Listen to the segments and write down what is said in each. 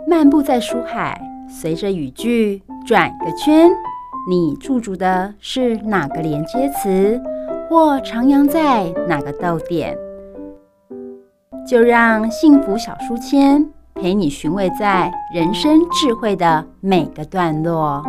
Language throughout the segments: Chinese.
漫步在书海，随着语句转个圈，你驻足的是哪个连接词，或徜徉在哪个逗点？就让幸福小书签陪你寻味在人生智慧的每个段落。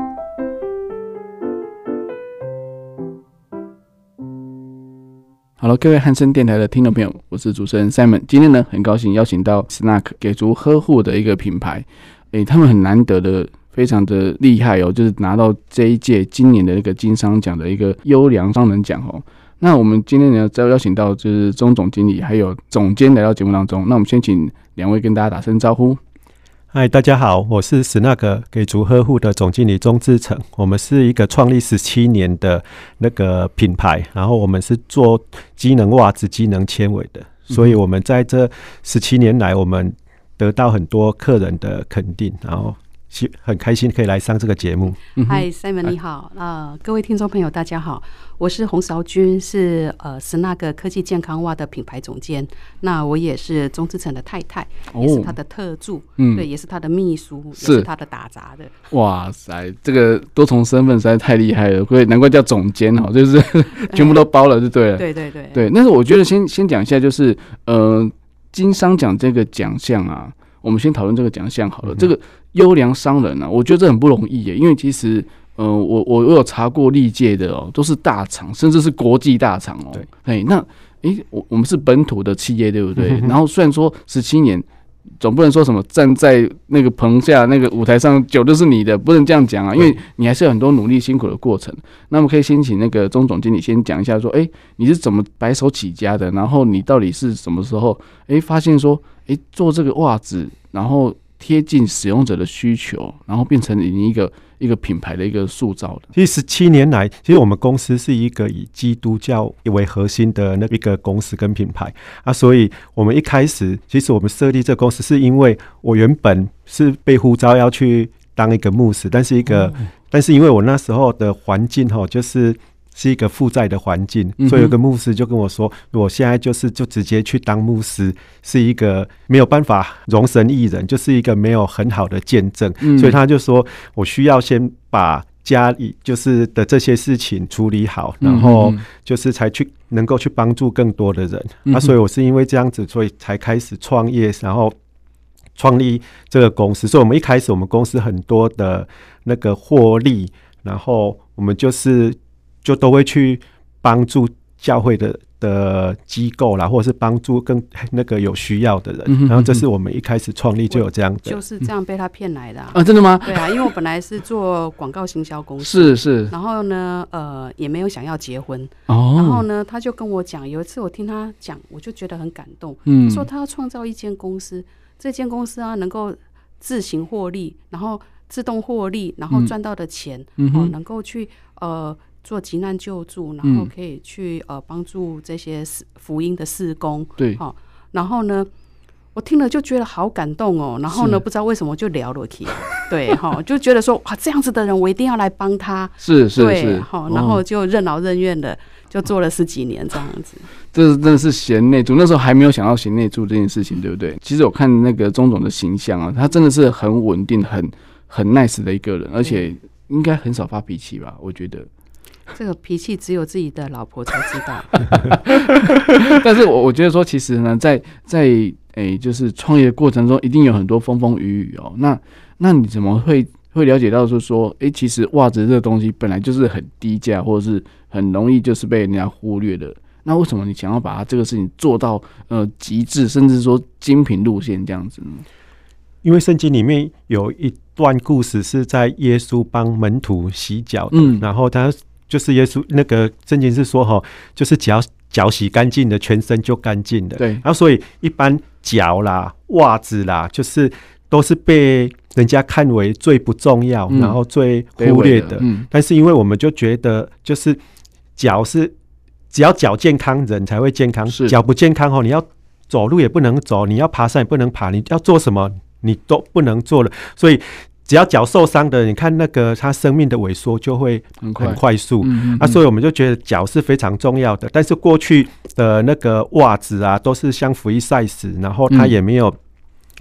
好了，各位汉声电台的听众朋友，我是主持人 Simon。今天呢，很高兴邀请到 Snack 给足呵护的一个品牌，他们很难得的，非常的厉害哦，就是拿到这一届今年的一个金商奖的一个优良商人奖哦。那我们今天呢，再邀请到就是钟总经理还有总监来到节目当中。那我们先请两位跟大家打声招呼。 嗨，大家好，我是 Snack 给足呵护的总经理钟志成。我们是一个创立17年的那个品牌，然后我们是做机能袜子、机能纤维的，所以我们在这17年来，我们得到很多客人的肯定，然后很开心可以来上这个节目。 嗨 Simon 你好，各位听众朋友大家好，我是洪韶君，是Snack 科技健康袜的品牌总监。那我也是钟志成的太太，也是他的特助，对，也是他的秘书，也是他的打杂的。 哇塞，这个多重身份实在太厉害了，所以难怪叫总监哦，就是全部都包了就对了。 对对对对，但是我觉得先讲一下，就是金商奖这个奖项啊，我们先讨论这个奖项好了。这个优良商人啊，我觉得这很不容易耶，因为其实我有查过历届的哦，都是大厂，甚至是国际大厂哦。对，那我们是本土的企业，对不对？然后虽然说17年，总不能说什么站在那个棚下那个舞台上酒就是你的，不能这样讲啊，因为你还是有很多努力辛苦的过程。那我们可以先请那个钟总经理先讲一下说，你是怎么白手起家的？然后你到底是什么时候发现说，做这个袜子，然后贴近使用者的需求，然后变成你一个品牌的一个塑造的。 其实17年来，其实我们公司是一个以基督教为核心的那一个公司跟品牌啊，所以我们一开始，其实我们设立这个公司是因为我原本是被呼召要去当一个牧师，但是因为我那时候的环境是一个负债的环境，所以有个牧师就跟我说，我现在就直接去当牧师，是一个没有办法容神益人，就是一个没有很好的见证，所以他就说我需要先把家里就是的这些事情处理好，然后就是才能够去帮助更多的人，所以我是因为这样子，所以才开始创业，然后创立这个公司。所以我们一开始我们公司很多的那个获利，然后我们就都会去帮助教会的机构啦，或者是帮助更那个有需要的人，然后这是我们一开始创立就有这样的， 就是这样被他骗来的啊。 真的吗？ 对啊，因为我本来是做广告行销公司， 是， 然后呢也没有想要结婚， 然后呢他就跟我讲，有一次我听他讲，我就觉得很感动，他说他要创造一间公司，这间公司啊能够自行获利，然后自动获利，然后赚到的钱能够去做急难救助，然后可以去帮助这些福音的事工。 对， 然后呢，我听了就觉得好感动哦。然后呢，不知道为什么就聊了起，对，就觉得说哇，这样子的人我一定要来帮他。 是， 然后就任劳任怨的就做了10几年这样子。 这真的是贤内助，那时候还没有想到贤内助这件事情，对不对？其实我看那个钟总的形象啊，他真的是很稳定、很 nice 的一个人，而且应该很少发脾气吧？我觉得。 这个脾气只有自己的老婆才知道。 但是我觉得说，其实呢，在就是创业的过程中，一定有很多风风雨雨哦。那你怎么会了解到说，其实袜子这个东西本来就是很低价，或者是很容易就是被人家忽略的？那为什么你想要把它这个事情做到极致，甚至说精品路线这样子呢？ 因为圣经里面有一段故事是在耶稣帮门徒洗脚的，然后他就是耶稣那个圣经是说就是脚洗干净的，全身就干净的。 对， 然后所以一般脚啦、袜子啦，就是都是被人家看为最不重要，然后最忽略的。但是因为我们就觉得，就是脚是只要脚健康，人才会健康。脚不健康你要走路也不能走，你要爬山也不能爬，你要做什么你都不能做了。所以只要脚受伤的，你看那个他生命的萎缩就会很快速所以我们就觉得脚是非常重要的。但是过去的那个袜子啊，都是像free size，然后他也没有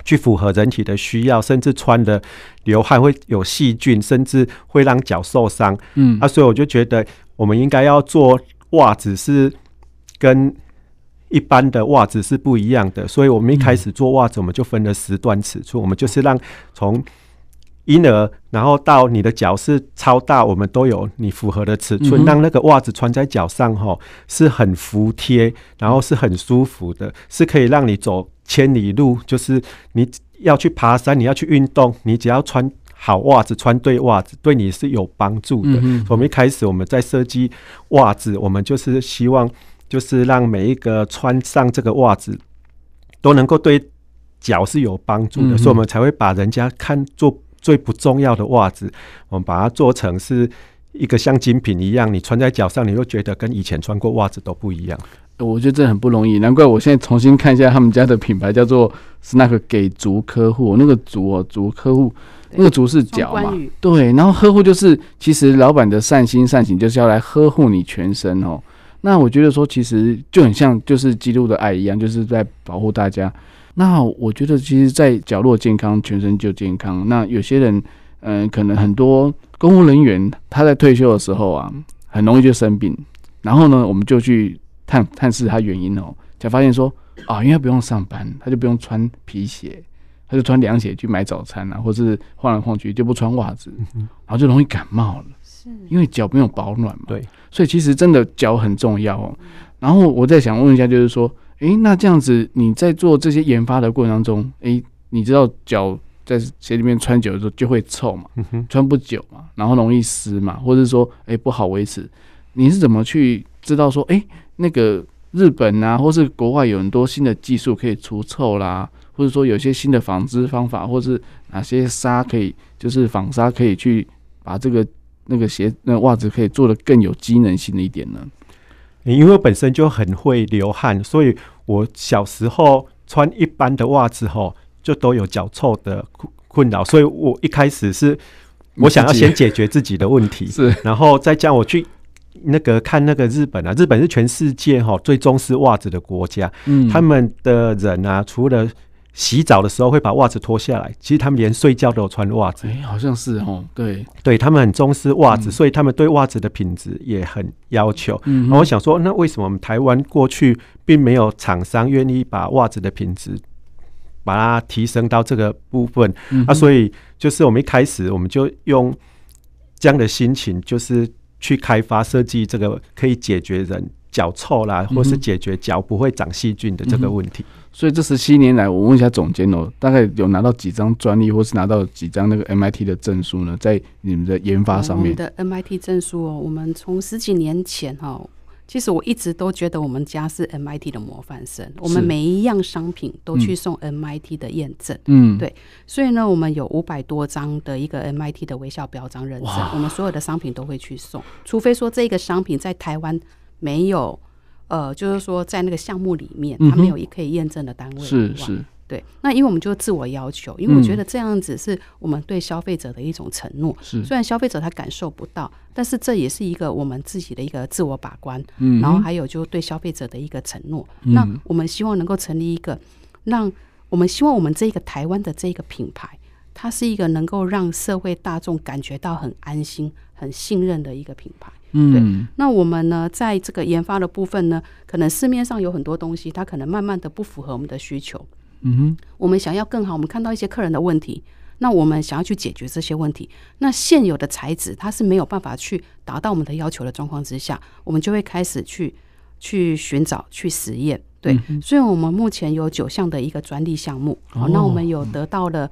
去符合人体的需要，甚至穿的流汗会有细菌，甚至会让脚受伤。所以我就觉得我们应该要做袜子是跟一般的袜子是不一样的，所以我们一开始做袜子，我们就分了10段尺寸，我们就是让从婴儿然后到你的脚是超大，我们都有你符合的尺寸，让那个袜子穿在脚上是很服帖，然后是很舒服的，是可以让你走千里路，就是你要去爬山，你要去运动，你只要穿好袜子，穿对袜子，对你是有帮助的。我们一开始我们在设计袜子，我们就是希望就是让每一个穿上这个袜子都能够对脚是有帮助的，所以我们才会把人家看作最不重要的袜子，我们把它做成是一个像精品一样，你穿在脚上，你会觉得跟以前穿过袜子都不一样。 我觉得这很不容易，难怪我现在重新看一下他们家的品牌，叫做是那个给足客户，那个足足客户，那个足是脚嘛，对，然后呵护就是其实老板的善心善行就是要来呵护你全身哦。那我觉得说其实就很像就是基督的爱一样，就是在保护大家。那我觉得其实在角落健康，全身就健康。那有些人可能很多公务人员他在退休的时候啊，很容易就生病，然后呢我们就去探视他原因才发现说因为他不用上班，他就不用穿皮鞋，他就穿凉鞋去买早餐啊，或是晃来晃去就不穿袜子，然后就容易感冒了，因为脚没有保暖嘛。对，所以其实真的脚很重要然后我再想问一下，就是说那这样子你在做这些研发的过程当中，你知道脚在鞋里面穿久的时候就会臭嘛，穿不久嘛，然后容易湿嘛，或者说不好维持，你是怎么去知道说那个日本啊或是国外有很多新的技术可以除臭啦，或者说有些新的纺织方法，或是哪些纱可以就是纺纱可以去把这个那个鞋那袜子可以做得更有机能性的一点呢？ 因为我本身就很会流汗，所以我小时候穿一般的袜子就都有脚臭的困扰，所以我一开始是我想要先解决自己的问题，然后再叫我去看那个日本啊，日本是全世界最重视袜子的国家，他们的人啊，除了洗澡的时候会把袜子脱下来，其实他们连睡觉都有穿袜子。 好像是对，他们很重视袜子，所以他们对袜子的品质也很要求。然后我想说，那为什么我们台湾过去并没有厂商愿意把袜子的品质把它提升到这个部分？所以就是我们一开始我们就用这样的心情，就是去开发设计这个可以解决人脚臭啦，或是解决脚不会长细菌的这个问题。 所以这17年来，我问一下总监大概有拿到几张专利，或是拿到几张那个 MIT 的证书呢？在你们的研发上面， 我们的 MIT 证书我们从10几年前其实我一直都觉得我们家是 MIT 的模范生，我们每一样商品都去送 MIT 的验证。对，所以呢，我们有500多张的一个 MIT 的微笑标章认证，我们所有的商品都会去送，除非说这个商品在台湾没有。就是说在那个项目里面，它没有可以验证的单位以外，是，对。那因为我们就自我要求，因为我觉得这样子是我们对消费者的一种承诺。虽然消费者他感受不到，但是这也是一个我们自己的一个自我把关，然后还有就对消费者的一个承诺。那我们希望能够成立一个，我们希望我们这个台湾的这个品牌，它是一个能够让社会大众感觉到很安心、很信任的一个品牌。对，那我们呢，在这个研发的部分呢，可能市面上有很多东西，它可能慢慢的不符合我们的需求。我们想要更好，我们看到一些客人的问题，那我们想要去解决这些问题。那现有的材质它是没有办法去达到我们的要求的状况之下，我们就会开始去寻找、去实验。对，所以我们目前有9项的一个专利项目。那我们有得到了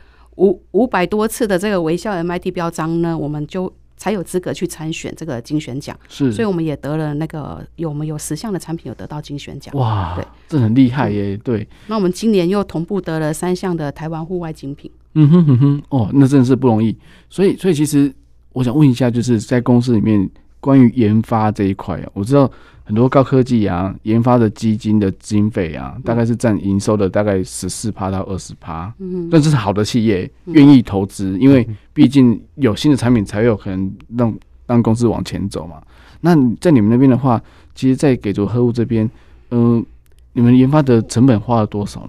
500多次的这个微笑 MIT 标章呢，我们就才有资格去参选这个金选奖，所以我们也得了我们有10项的产品有得到金选奖。哇，对， 这很厉害耶！对， 那我们今年又同步得了3项的台湾户外精品。 那真的是不容易。所以其实我想问一下，就是在公司里面关于研发这一块我知道很多高科技研发的基金的经费大概是占营收的大概14%到20%。但这是好的企业愿意投资，因为毕竟有新的产品才有可能让公司往前走嘛。那在你们那边的话，其实在给足呵护这边，你们研发的成本花了多少呢？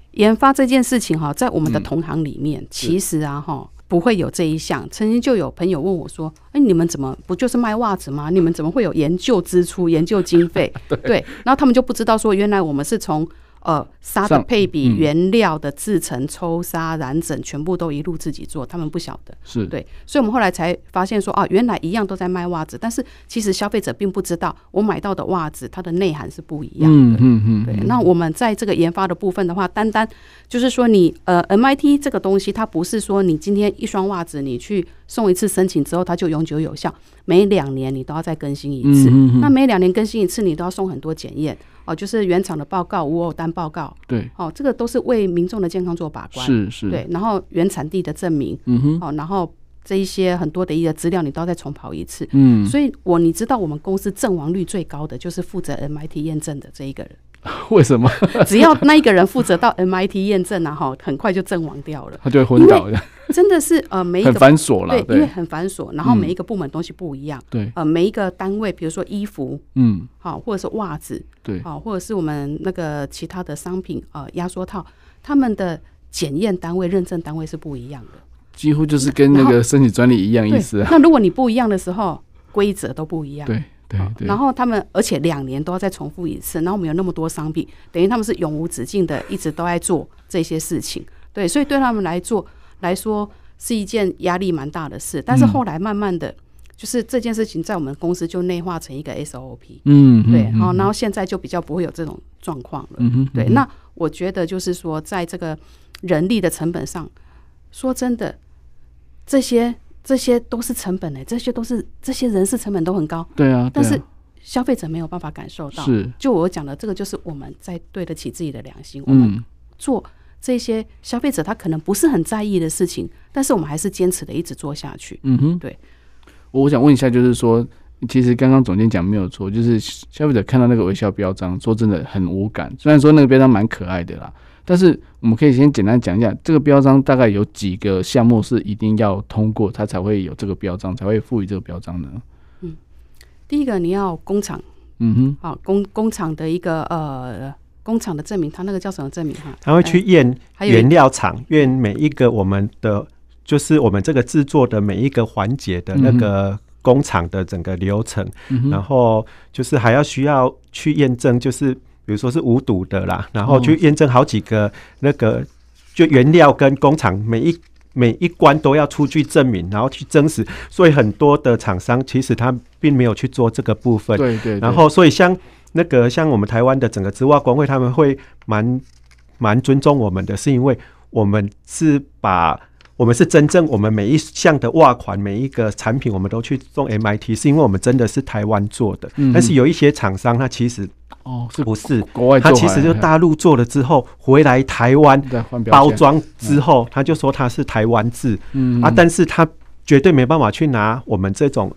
研发这件事情哈，在我们的同行里面，其实啊哈。不会有这一项。曾经就有朋友问我说：“你们怎么不就是卖袜子吗？你们怎么会有研究支出、研究经费？”对，然后他们就不知道说，原来我们是从纱的配比、原料的制成、抽纱、染整，全部都一路自己做，他们不晓得。 是对，所以我们后来才发现说，原来一样都在卖袜子，但是其实消费者并不知道，我买到的袜子它的内涵是不一样的。对。那我们在这个研发的部分的话，单就是说你MIT 这个东西，它不是说你今天一双袜子你去送一次申请之后它就永久有效，每2年你都要再更新一次。那每2年更新一次，你都要送很多检验。就是原厂的报告、无偶单报告， 对， 这个都是为民众的健康做把关， 是， 对，然后原产地的证明，然后这一些很多的一个资料，你都要再重跑一次，所以你知道我们公司阵亡率最高的就是负责 MIT 验证的这一个人。 为什么？ 只要那一个人负责到 MIT 验证啊，很快就阵亡掉了， 他就会昏倒。 真的是每一个很繁琐啦， 对，因为很繁琐，然后每一个部门东西不一样， 对， 每一个单位，比如说衣服，或者是袜子， 对， 或者是我们那个其他的商品，压缩套，他们的检验单位、认证单位是不一样的， 几乎就是跟那个申请专利一样意思啊。 那如果你不一样的时候，规则都不一样， 对。 然后他们而且2年都要再重复一次，然后我们有那么多商品，等于他们是永无止境的一直都在做这些事情，对，所以对他们来说是一件压力蛮大的事。但是后来慢慢的，就是这件事情在我们公司就内化成一个 SOP，对，然后现在就比较不会有这种状况了，对。那我觉得就是说，在这个人力的成本上，说真的，这些都是成本这些人事成本都很高， 对啊， 但是消费者没有办法感受到。 是， 就我讲的这个，就是我们在对得起自己的良心，我们做这些消费者他可能不是很在意的事情，但是我们还是坚持的一直做下去。对。 我想问一下，就是说，其实刚刚总监讲没有错，就是消费者看到那个微笑标章，说真的很无感。虽然说那个标章蛮可爱的啦。但是我们可以先简单讲一下，这个标章大概有几个项目是一定要通过，它才会有这个标章，才会赋予这个标章呢？ 第一个你要工厂，工厂的一个工厂的证明，它那个叫什么证明哈？ 他会去验原料厂，验每一个我们的就是我们这个制作的每一个环节的那个工厂的整个流程，然后就是还要需要去验证，就是比如说是无毒的啦，然后去验证好几个那个就原料跟工厂每一关都要出具证明，然后去证实。所以很多的厂商其实他并没有去做这个部分。 对。 然后所以像我们台湾的整个织袜工会，他们会蛮尊重我们的，是因为我们是真正我们每一项的袜款每一个产品我们都去送 MIT， 是因为我们真的是台湾做的。但是有一些厂商他其实不是国外做， 他其实就大陆做了之后回来台湾包装之后，他就说他是台湾制，但是他绝对没办法去拿我们这种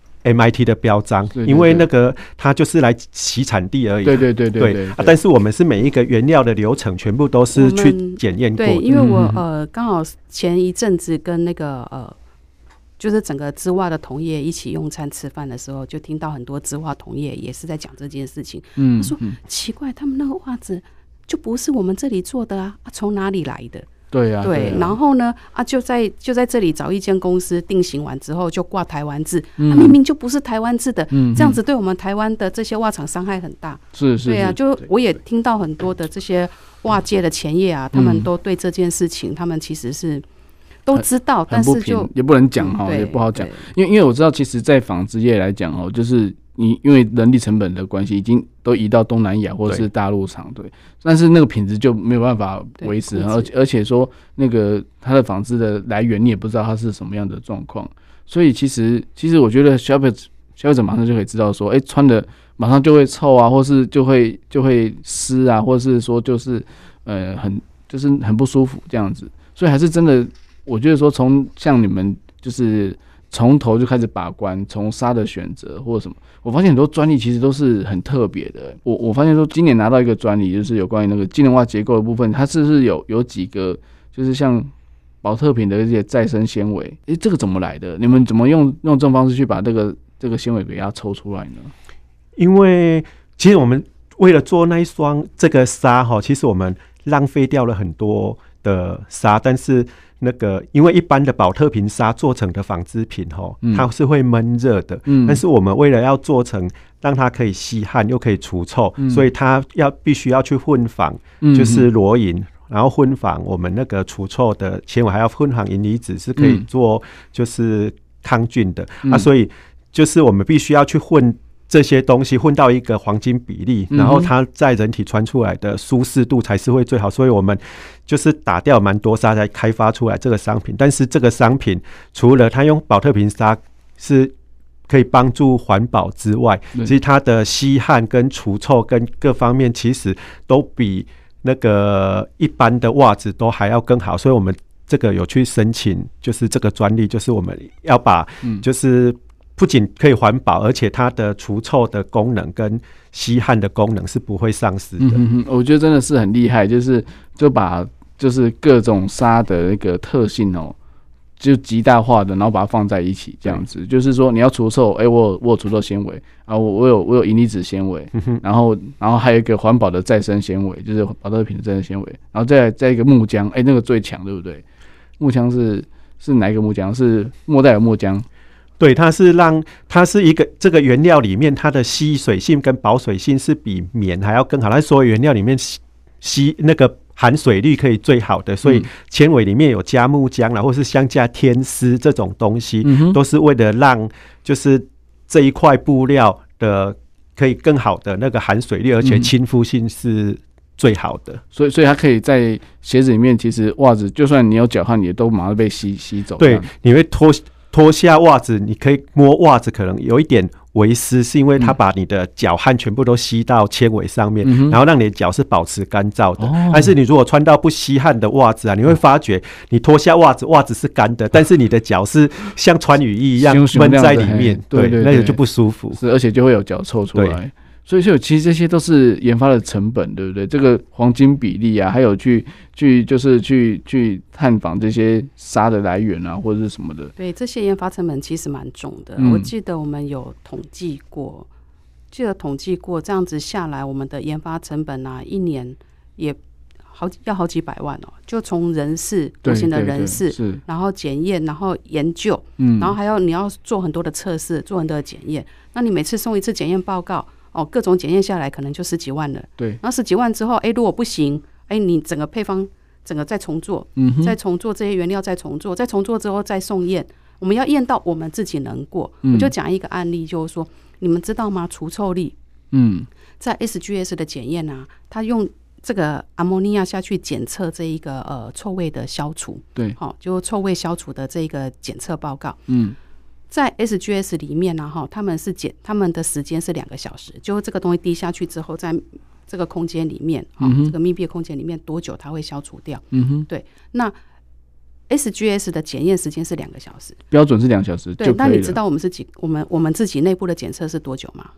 MIT 的标章，因为那个它就是来洗产地而已。对。但是我们是每一个原料的流程全部都是去检验过的。 对，因为我刚好前一阵子跟那个就是整个织袜的同业一起用餐吃饭的时候，就听到很多织袜同业也是在讲这件事情。他说奇怪，他们那个袜子就不是我们这里做的啊，从哪里来的？ 对啊， 对，然后呢就在这里找一间公司定型完之后就挂台湾制，明明就不是台湾制的，这样子对我们台湾的这些袜厂伤害很大。 是， 对啊，就我也听到很多的这些袜界的前业啊，他们都对这件事情，他们其实是都知道，但是就也不能讲也不好讲，因为我知道，其实，在纺织业来讲就是你因为人力成本的关系，已经都移到东南亚或者是大陆厂，对，但是那个品质就没有办法维持，而且说那个它的纺织的来源你也不知道它是什么样的状况，所以其实我觉得消费者马上就可以知道说，穿的马上就会臭啊，或是就会湿啊，或是说就是很不舒服这样子，所以还是真的，我觉得说从像你们就是从头就开始把关，从纱的选择或者什么，我发现很多专利其实都是很特别的。我发现说今年拿到一个专利，就是有关于那个机能袜结构的部分，它是不是有几个就是像保特瓶的这些再生纤维？这个怎么来的？你们怎么用这种方式去把这个纤维给它抽出来呢？ 因为其实我们为了做那一双这个纱其实我们浪费掉了很多的纱，但是那个因为一般的保特瓶纱做成的纺织品它是会闷热的，但是我们为了要做成让它可以吸汗又可以除臭，所以它必须要去混纺，就是裸饮，然后混纺我们那个除臭的纤维，还要混纺银离子，是可以做就是抗菌的所以就是我们必须要去混这些东西，混到一个黄金比例，然后它在人体穿出来的舒适度才是会最好，所以我们就是打掉蛮多纱才开发出来这个商品。但是这个商品除了它用保特瓶纱是可以帮助环保之外，其实它的吸汗跟除臭跟各方面其实都比那个一般的袜子都还要更好，所以我们这个有去申请就是这个专利，就是我们要把就是不仅可以环保，而且它的除臭的功能跟吸汗的功能是不会丧失的。 我觉得真的是很厉害，就把就是各种纱的那个特性就极大化的，然后把它放在一起，这样子，就是说你要除臭，我有除臭纤维啊，我有银离子纤维，然后还有一个环保的再生纤维，就是保特瓶的再生纤维，然后再一个木浆，那个最强，对不对？木浆是哪一个木浆？是莫代尔木浆。 对，它是一个这个原料里面它的吸水性跟保水性是比棉还要更好，它所有原料里面吸那个含水率可以最好的，所以纤维里面有加木浆啦，或是像加天丝这种东西，都是为了让就是这一块布料的可以更好的那个含水率，而且亲肤性是最好的， 所以它可以在鞋子里面，其实袜子就算你有脚汗，也都马上被吸走。 对，你会脱下袜子，你可以摸袜子，可能有一点微湿，是因为它把你的脚汗全部都吸到纤维上面，然后让你的脚是保持干燥的。但是你如果穿到不吸汗的袜子你会发觉你脱下袜子，袜子是干的，但是你的脚是像穿雨衣一样闷在里面，对，那个就不舒服， 而且就会有脚臭出来。所以其实这些都是研发的成本，对不对？这个黄金比例啊，还有去探访这些纱的来源啊，或者是什么的。 对，这些研发成本其实蛮重的。我记得我们有统计过，这样子下来，我们的研发成本啊，一年也要好几百万就从人事，多型的人事，然后检验，然后研究，然后还有你要做很多的测试，做很多的检验。那你每次送一次检验报告。各种检验下来可能就10几万了。 对， 然后10几万之后，如果不行，你整个配方整个再重做，再重做这些原料，再重做之后再送验，我们要验到我们自己能过。我就讲一个案例，就是说，你们知道吗？除臭力，在 SGS 的检验啊，它用这个阿莫尼亚下去检测这一个臭味的消除， 对， 就臭味消除的这一个检测报告，在 SGS 里面呢，他们的时间是2个小时，就这个东西滴下去之后，在这个空间里面，这个密闭的空间里面多久它会消除掉？对，那 SGS 的检验时间是2个小时， 标准是2小时就可以了。 对，那你知道我们自己内部的检测是多久吗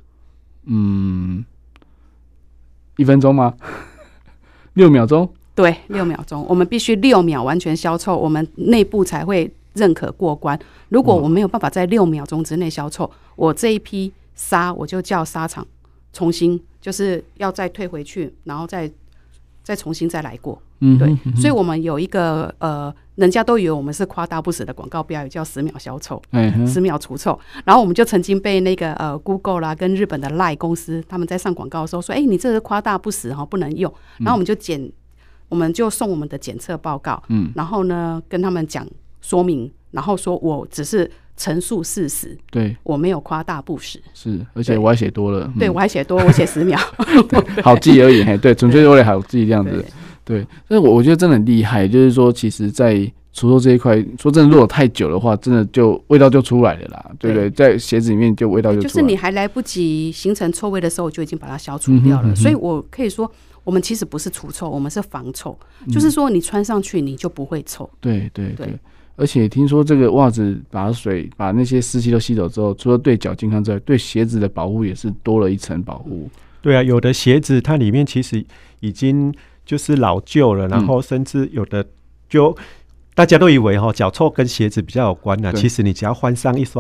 ？1分钟吗？6秒钟？ 对，6秒钟，我们必须6秒完全消臭，我们内部才会认可过关。如果我没有办法在6秒钟之内消臭，我这一批纱我就叫纱厂重新就是要再退回去，然后再重新再来过。对，所以我们有一个人家都以为我们是夸大不实的广告标语，叫10秒消臭，10秒除臭。然后我们就曾经被那个Google 啦跟日本的 LINE 公司他们在上广告的时候说，你这是夸大不实不能用。然后我们就送我们的检测报告，然后呢跟他们讲说明，然后说我只是陈述事实， 对，我没有夸大不实， 是，而且我还写多了， 对，我还写多，我写10秒， 好记而已，对，纯粹为了好记这样子，对，但是我觉得真的很厉害，就是说，其实，在除臭这一块，说真的，如果太久的话，真的就味道就出来了啦，对不对？在鞋子里面就味道就出来了， 就是你还来不及形成臭味的时候，就已经把它消除掉了，所以我可以说。我们其实不是除臭，我们是防臭，就是说你穿上去你就不会臭。 对，而且听说这个袜子把那些湿气都吸走之后，除了对脚健康之外，对鞋子的保护也是多了一层保护。 对啊，有的鞋子它里面其实已经就是老旧了，然后甚至有的就大家都以为脚臭跟鞋子比较有关其实你只要换上一双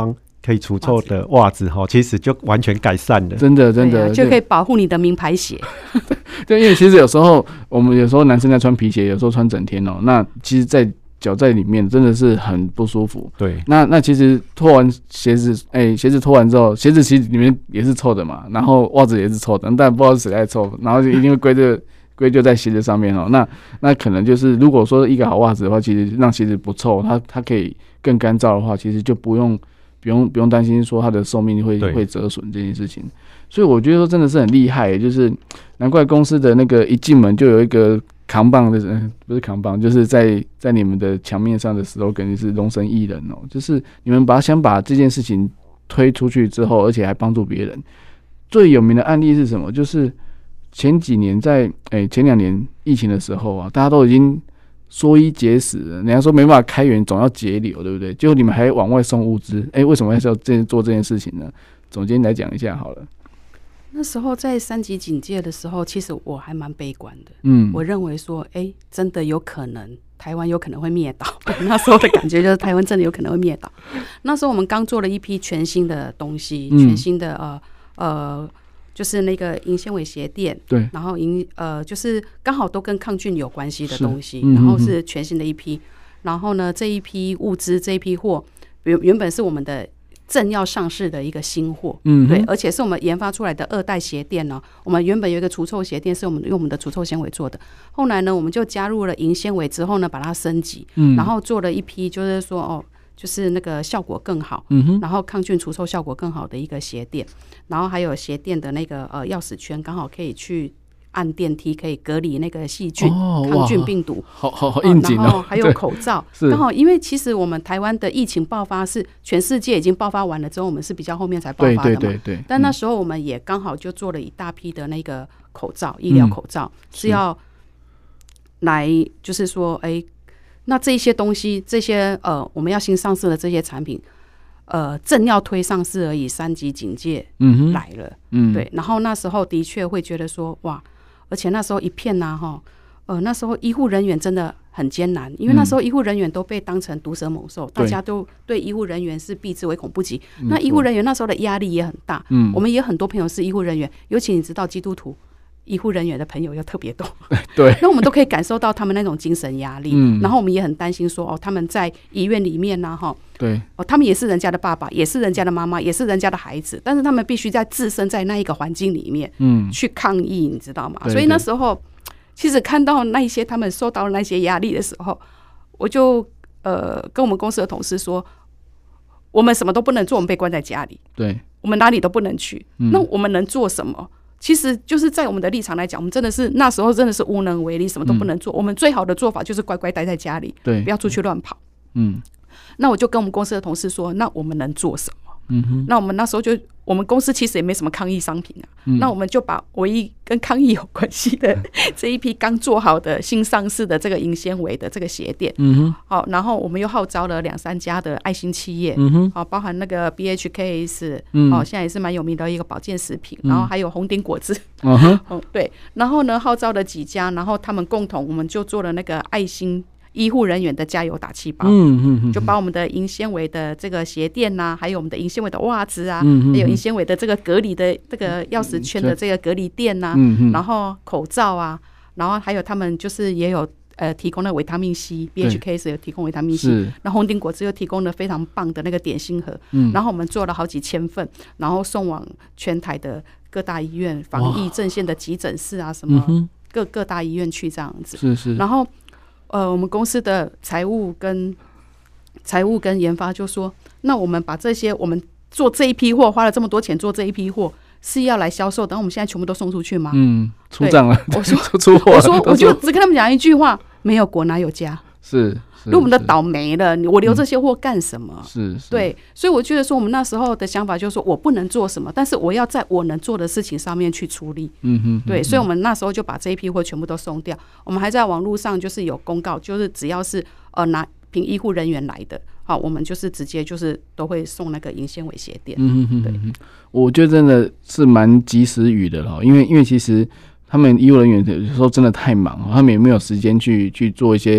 可以除臭的袜子其实就完全改善了， 真的就可以保护你的名牌鞋。 对，因为其实有时候我们有时候男生在穿皮鞋，有时候穿整天那其实在脚在里面真的是很不舒服。 对， 那其实脱完鞋子，鞋子脱完之后，鞋子其实里面也是臭的嘛，然后袜子也是臭的，但不知道是谁在臭，然后就一定会归咎在鞋子上面那可能就是如果说一个好袜子的话，其实让鞋子不臭，它可以更干燥的话，其实就不用担心说它的寿命会折损这件事情。所以我觉得说真的是很厉害，就是难怪公司的那个一进门就有一个扛棒的人，不是扛棒，就是在你们的墙面上的 slogan 就是容身一人就是你们想把这件事情推出去之后，而且还帮助别人。最有名的案例是什么？就是前几年前2年疫情的时候大家都已经缩衣节食了，人家说没办法开源，总要节流，对不对？结果你们还往外送物资，为什么要做这件事情呢？总监来讲一下好了。 那时候在3级警戒的时候，其实我还蛮悲观的。我认为说，真的有可能台湾有可能会灭岛。那时候的感觉就是台湾真的有可能会灭岛。那时候我们刚做了一批全新的东西，全新的就是那个银纤维鞋垫， 对， 然后就是刚好都跟抗菌有关系的东西，然后是全新的一批。然后呢，这一批物资，这一批货，原本是我们的正要上市的一个新货，对，而且是我们研发出来的2代鞋垫呢。我们原本有一个除臭鞋垫，是我们用我们的除臭纤维做的。后来呢，我们就加入了银纤维之后呢，把它升级，然后做了一批，就是说就是那个效果更好，然后抗菌除臭效果更好的一个鞋垫，然后还有鞋垫的那个钥匙圈，刚好可以去按电梯，可以隔离那个细菌、抗菌病毒， 好应景然后还有口罩，刚好因为其实我们台湾的疫情爆发是全世界已经爆发完了之后，我们是比较后面才爆发的嘛，对。但那时候我们也刚好就做了一大批的那个口罩，医疗口罩，是要来就是说，那这些东西，这些我们要新上市的这些产品，正要推上市而已，3级警戒来了，对。然后那时候的确会觉得说，哇，而且那时候一片那时候医护人员真的很艰难，因为那时候医护人员都被当成毒蛇猛兽，大家都对医护人员是避之唯恐不及。那医护人员那时候的压力也很大，我们也很多朋友是医护人员，尤其你知道基督徒医护人员的朋友又特别多， 对， 那我们都可以感受到他们那种精神压力，然后我们也很担心说，他们在医院里面对， 他们也是人家的爸爸，也是人家的妈妈，也是人家的孩子，但是他们必须在置身在那一个环境里面，去抗疫，你知道吗？所以那时候，其实看到那一些他们受到那些压力的时候，我就跟我们公司的同事说，我们什么都不能做，我们被关在家里， 对， 我们哪里都不能去，那我们能做什么？其实就是在我们的立场来讲，我们真的是那时候真的是无能为力，什么都不能做。我们最好的做法就是乖乖待在家里， 对， 不要出去乱跑。那我就跟我们公司的同事说，那我们能做什么？那我们那时候我们公司其实也没什么抗疫商品啊，那我们就把唯一跟抗疫有关系的这一批刚做好的新上市的这个银纤维的这个鞋垫，好，然后我们又号召了2-3家的爱心企业，好，包含那个 BHKS，现在也是蛮有名的一个保健食品，然后还有红顶果汁，对，然后呢号召了几家，然后他们共同，我们就做了那个爱心医护人员的加油打气包，就把我们的银纤维的这个鞋垫啊，还有我们的银纤维的袜子啊，还有银纤维的这个隔离的这个钥匙圈的这个隔离垫啊，然后口罩啊，然后还有他们就是也有提供了维他命 C，BHK 有提供维他命 C， 那红顶果汁又提供了非常棒的那个点心盒，然后我们做了好几千份，然后送往全台的各大医院、防疫阵线的急诊室啊，什么各大医院去这样子，是，然后。我们公司的财务跟研发就说，那我们把这些我们做这一批货花了这么多钱做这一批货是要来销售，然后我们现在全部都送出去吗？ 出账了， 我说出货了， 我就只跟他们讲一句话：没有国哪有家。 是。 如果我们的岛没了，我留这些货干什么？ 是， 对，所以我觉得说，我们那时候的想法就是说，我不能做什么，但是我要在我能做的事情上面去出力。对，所以我们那时候就把这一批货全部都送掉。我们还在网络上就是有公告，就是只要是凭医护人员来的，好，我们就是直接就是都会送那个银纤维鞋垫。对， 我觉得真的是蛮及时雨的了，因为其实他们医护人员有时候真的太忙，他们也没有时间去做一些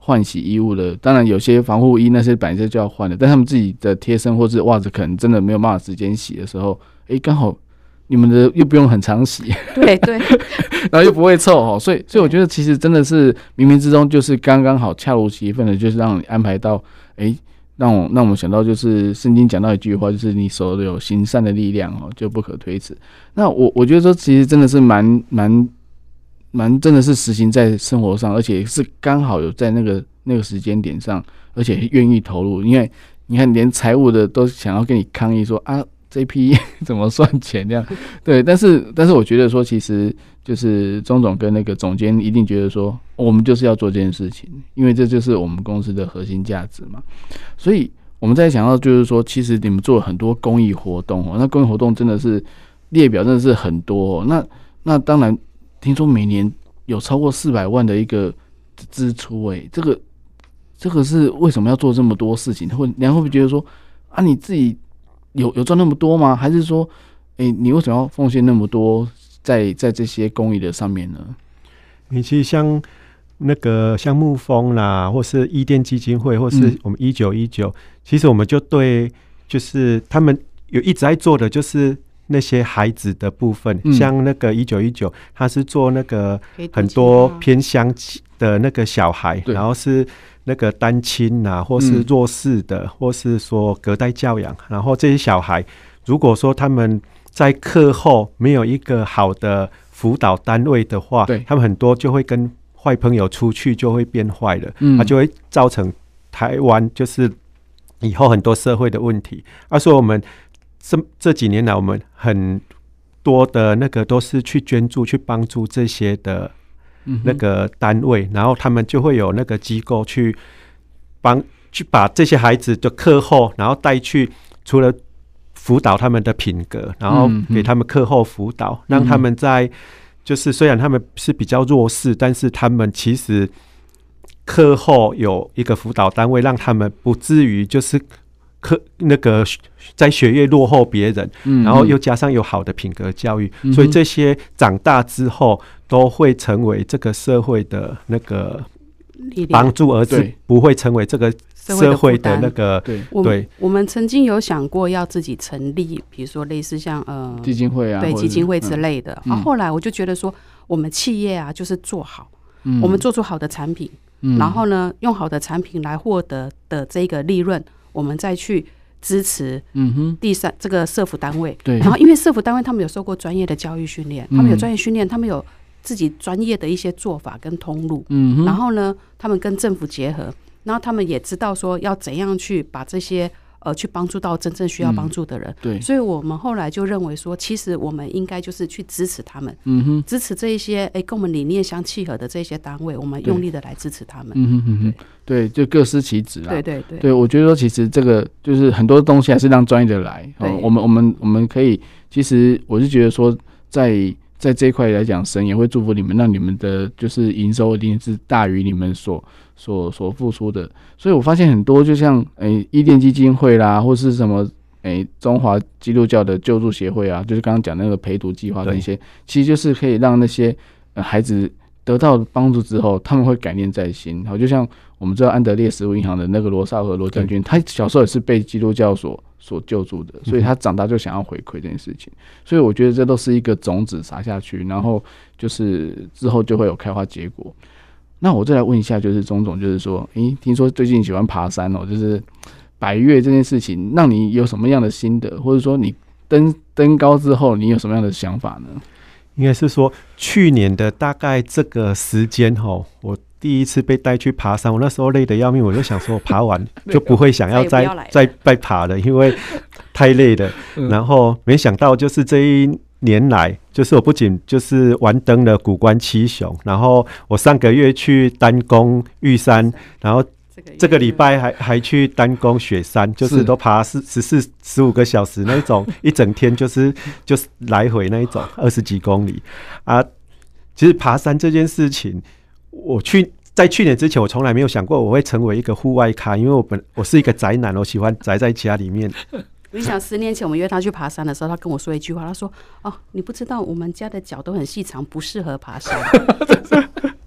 换洗衣物的，当然有些防护衣那些本来就要换的，但他们自己的贴身或是袜子可能真的没有办法时间洗的时候，刚好你们的又不用很常洗， 对对， 然后又不会臭所以我觉得其实真的是冥冥之中就是刚刚好恰如其分的，就是让你安排到让我们想到就是圣经讲到一句话，就是你手有行善的力量就不可推辞。那我觉得说其实真的是蛮真的是实行在生活上，而且是刚好有在那个时间点上，而且愿意投入。因为你看连财务的都想要跟你抗议说这批怎么算钱这样，对，但是我觉得说，其实就是钟总跟那个总监一定觉得说，我们就是要做这件事情，因为这就是我们公司的核心价值嘛。所以我们在想到就是说，其实你们做了很多公益活动那公益活动真的是列表真的是很多那当然听说每年有超过400万的一个支出这个是为什么要做这么多事情？你会不会觉得说你自己有赚那么多吗？还是说，你为什么要奉献那么多在这些公益的上面呢？ 你其实像那个像沐风啦，或是伊甸基金会，或是我们1919，其实我们就对，就是他们有一直在做的就是那些孩子的部分，像那个1919，他是做那个很多偏乡的那个小孩，然后是那个单亲啊，或是弱势的，或是说隔代教养，然后这些小孩，如果说他们在课后没有一个好的辅导单位的话，他们很多就会跟坏朋友出去，就会变坏了，它就会造成台湾就是以后很多社会的问题。所以我们这几年来，我们很多的那个都是去捐助、去帮助这些的那个单位，然后他们就会有那个机构去把这些孩子的课后，然后带去，除了辅导他们的品格，然后给他们课后辅导，让他们在就是虽然他们是比较弱势，但是他们其实课后有一个辅导单位，让他们不至于就是那个在学业落后别人，然后又加上有好的品格教育，所以这些长大之后都会成为这个社会的那个帮助儿子，不会成为这个社会的那个对。 我们曾经有想过要自己成立，比如说类似像基金会啊， 对基金会之类的。后来我就觉得说，我们企业啊，就是做好，我们做出好的产品，然后呢，用好的产品来获得的这个利润，我们再去支持第三这个社福单位。然后因为社福单位他们有受过专业的教育训练，他们有专业训练，他们有自己专业的一些做法跟通路，然后呢，他们跟政府结合，然后他们也知道说要怎样去把这些去帮助到真正需要帮助的人。对，所以我们后来就认为说，其实我们应该就是去支持他们，支持这一些跟我们理念相契合的这些单位，我们用力的来支持他们。 对，就各司其职啦。 对， 我觉得说其实这个就是很多东西还是让专业的来。我们可以，其实我是觉得说在这一块来讲，神也会祝福你们，让你们的就是营收一定是大于你们所付出的。所以我发现很多就像伊甸基金会啦，或是什么中华基督教的救助协会啊，就是刚刚讲那个陪读计划那些，其实就是可以让那些孩子得到帮助之后，他们会感念在心。好，就像我们知道安德烈食物银行的那个罗少和罗将军，他小时候也是被基督教所救助的，所以他长大就想要回馈这件事情。所以我觉得这都是一个种子撒下去，然后就是之后就会有开花结果。那我再来问一下，就是钟总，就是说，听说最近喜欢爬山就是百岳这件事情，让你有什么样的心得，或者说你登高之后，你有什么样的想法呢？ 应该是说去年的大概这个时间我第一次被带去爬山，我那时候累得要命，我就想说爬完就不会想要再爬了，因为太累了。然后没想到就是这一年来，就是我不仅就是完登了谷关七雄，然后我上个月去单攻玉山，然后这个礼拜还去单攻雪山，就是都爬15个小时那一种，一整天就是来回那一种20几公里啊。其实爬山这件事情，在去年之前，我从来没有想过我会成为一个户外咖，因为我是一个宅男，我喜欢宅在家里面。 我跟你讲，10年前我们约他去爬山的时候，他跟我说一句话，他说：“你不知道我们家的脚都很细长，不适合爬山。”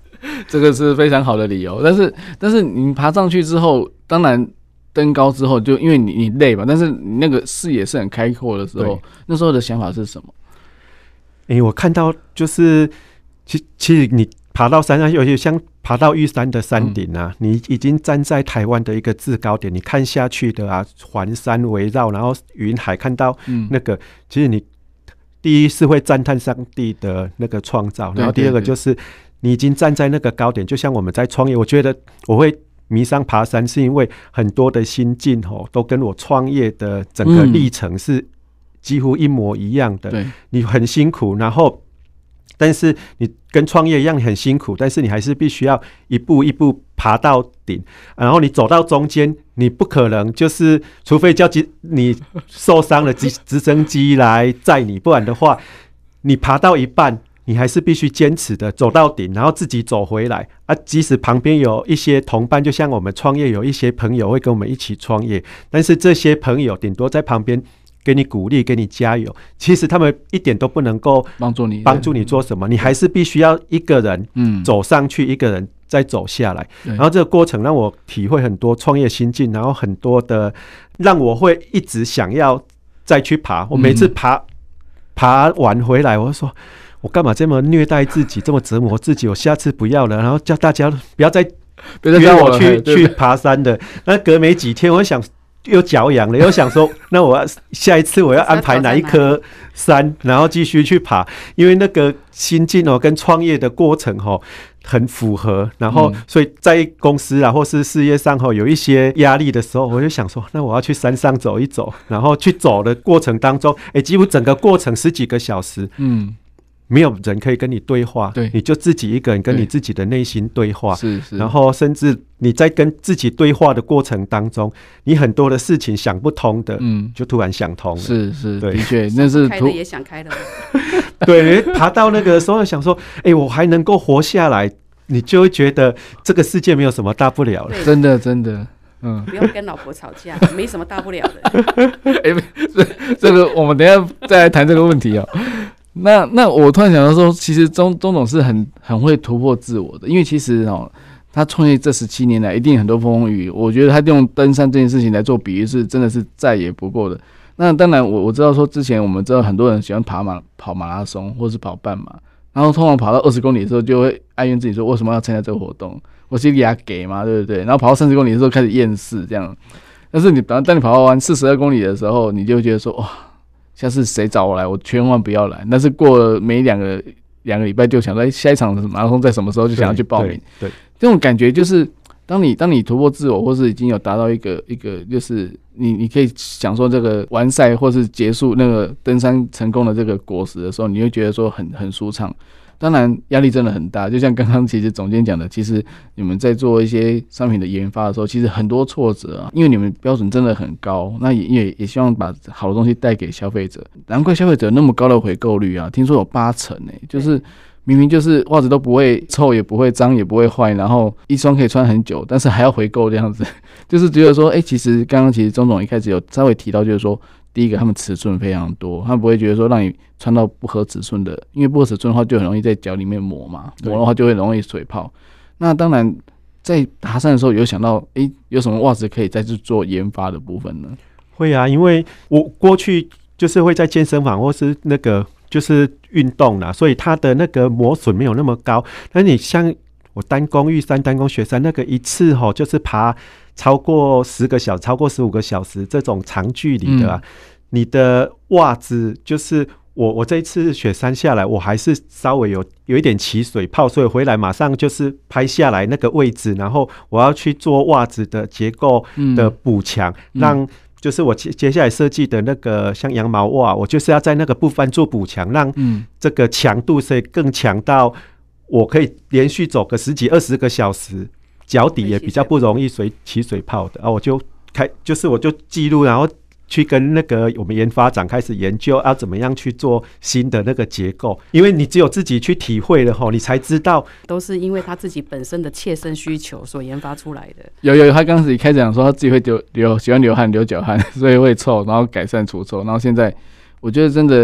这个是非常好的理由。但是你爬上去之后，当然登高之后，就因为你累嘛，但是你那个视野是很开阔的时候，那时候的想法是什么？ 我看到就是其实你爬到山上，尤其像爬到玉山的山顶啊，你已经站在台湾的一个制高点，你看下去的啊，环山围绕，然后云海看到那个，其实你第一是会赞叹上帝的那个创造，然后第二个就是你已经站在那个高点，就像我们在创业，我觉得我会迷上爬山，是因为很多的心境都跟我创业的整个历程是几乎一模一样的。你很辛苦，然后但是你跟创业一样很辛苦，但是你还是必须要一步一步爬到顶，然后你走到中间，你不可能就是除非叫你受伤了直升机来载你，不然的话你爬到一半你还是必须坚持的走到顶，然后自己走回来啊。即使旁边有一些同伴，就像我们创业有一些朋友会跟我们一起创业，但是这些朋友顶多在旁边给你鼓励，给你加油，其实他们一点都不能够帮助你做什么，你还是必须要一个人走上去，一个人再走下来。然后这个过程让我体会很多创业心境，然后很多的让我会一直想要再去爬。我每次爬完回来，我就说我干嘛这么虐待自己，这么折磨自己，我下次不要了，然后叫大家不要再约我去爬山的。那隔没几天，我想又脚痒了，又想说那我下一次我要安排哪一颗山，然后继续去爬，因为那个心境跟创业的过程很符合，然后所以在公司啊或是事业上有一些压力的时候，我就想说那我要去山上走一走，然后去走的过程当中几乎整个过程10几个小时没有人可以跟你对话，你就自己一个人跟你自己的内心对话，然后甚至你在跟自己对话的过程当中，你很多的事情想不通的，就突然想通了。是， 的确，那是开的也想开的。 对，爬到那个时候想说，我还能够活下来，你就会觉得这个世界没有什么大不了了。 真的。 不用跟老婆吵架，没什么大不了的。 这个我们等一下再来谈这个问题哦。那我突然想到说，其实钟总是很会突破自我的，因为其实他创业这17年来一定很多风雨，我觉得他用登山这件事情来做比喻是真的是再也不过的。那当然我知道说之前我们知道很多人喜欢跑马拉松或是跑半马，然后通常跑到20公里的时候就会哀怨自己说为什么要参加这个活动，我心里也给嘛，对不对？然后跑到30公里的时候开始厌世这样，但是当你跑完42公里的时候，你就会觉得说哇，下次谁找我来，我千万不要来。但是过了没两个礼拜，就想说，下一场马拉松在什么时候，就想要去报名。对，这种感觉就是当你突破自我，或是已经有达到一个，就是你可以享受这个完赛或是结束那个登山成功的这个果实的时候，你会觉得说很舒畅。当然压力真的很大，就像刚刚其实总监讲的，其实你们在做一些商品的研发的时候，其实很多挫折啊，因为你们标准真的很高，那也希望把好的东西带给消费者，难怪消费者那么高的回购率啊，听说有80%就是明明就是袜子都不会臭也不会脏也不会坏，然后一双可以穿很久，但是还要回购这样子，就是觉得说其实刚刚钟总一开始有稍微提到，就是说第一个他们尺寸非常多，他们不会觉得说让你穿到不合尺寸的，因为不合尺寸的话就很容易在脚里面磨嘛，磨的话就会容易水泡。那当然在爬山的时候有想到有什么袜子可以再去做研发的部分呢？ 会啊，因为我过去就是会在健身房或是那个就是运动啦，所以它的那个磨损没有那么高。但你像我单攻玉山、单攻雪山，那个一次就是爬超过10个小时、超过15个小时这种长距离的你的袜子就是我这一次雪山下来，我还是稍微有一点起水泡，所以回来马上就是拍下来那个位置，然后我要去做袜子的结构的补强，让就是我接下来设计的那个像羊毛袜，我就是要在那个部分做补强，让这个强度是更强到我可以连续走个10几20个小时，脚底也比较不容易起水泡的我就记录，然后去跟那个我们研发长开始研究要怎么样去做新的那个结构，因为你只有自己去体会了你才知道， 都是因为他自己本身的切身需求所研发出来的。 有，他刚开始一开始讲说他自己会喜欢流汗流脚汗，所以会臭，然后改善除臭，然后现在我觉得真的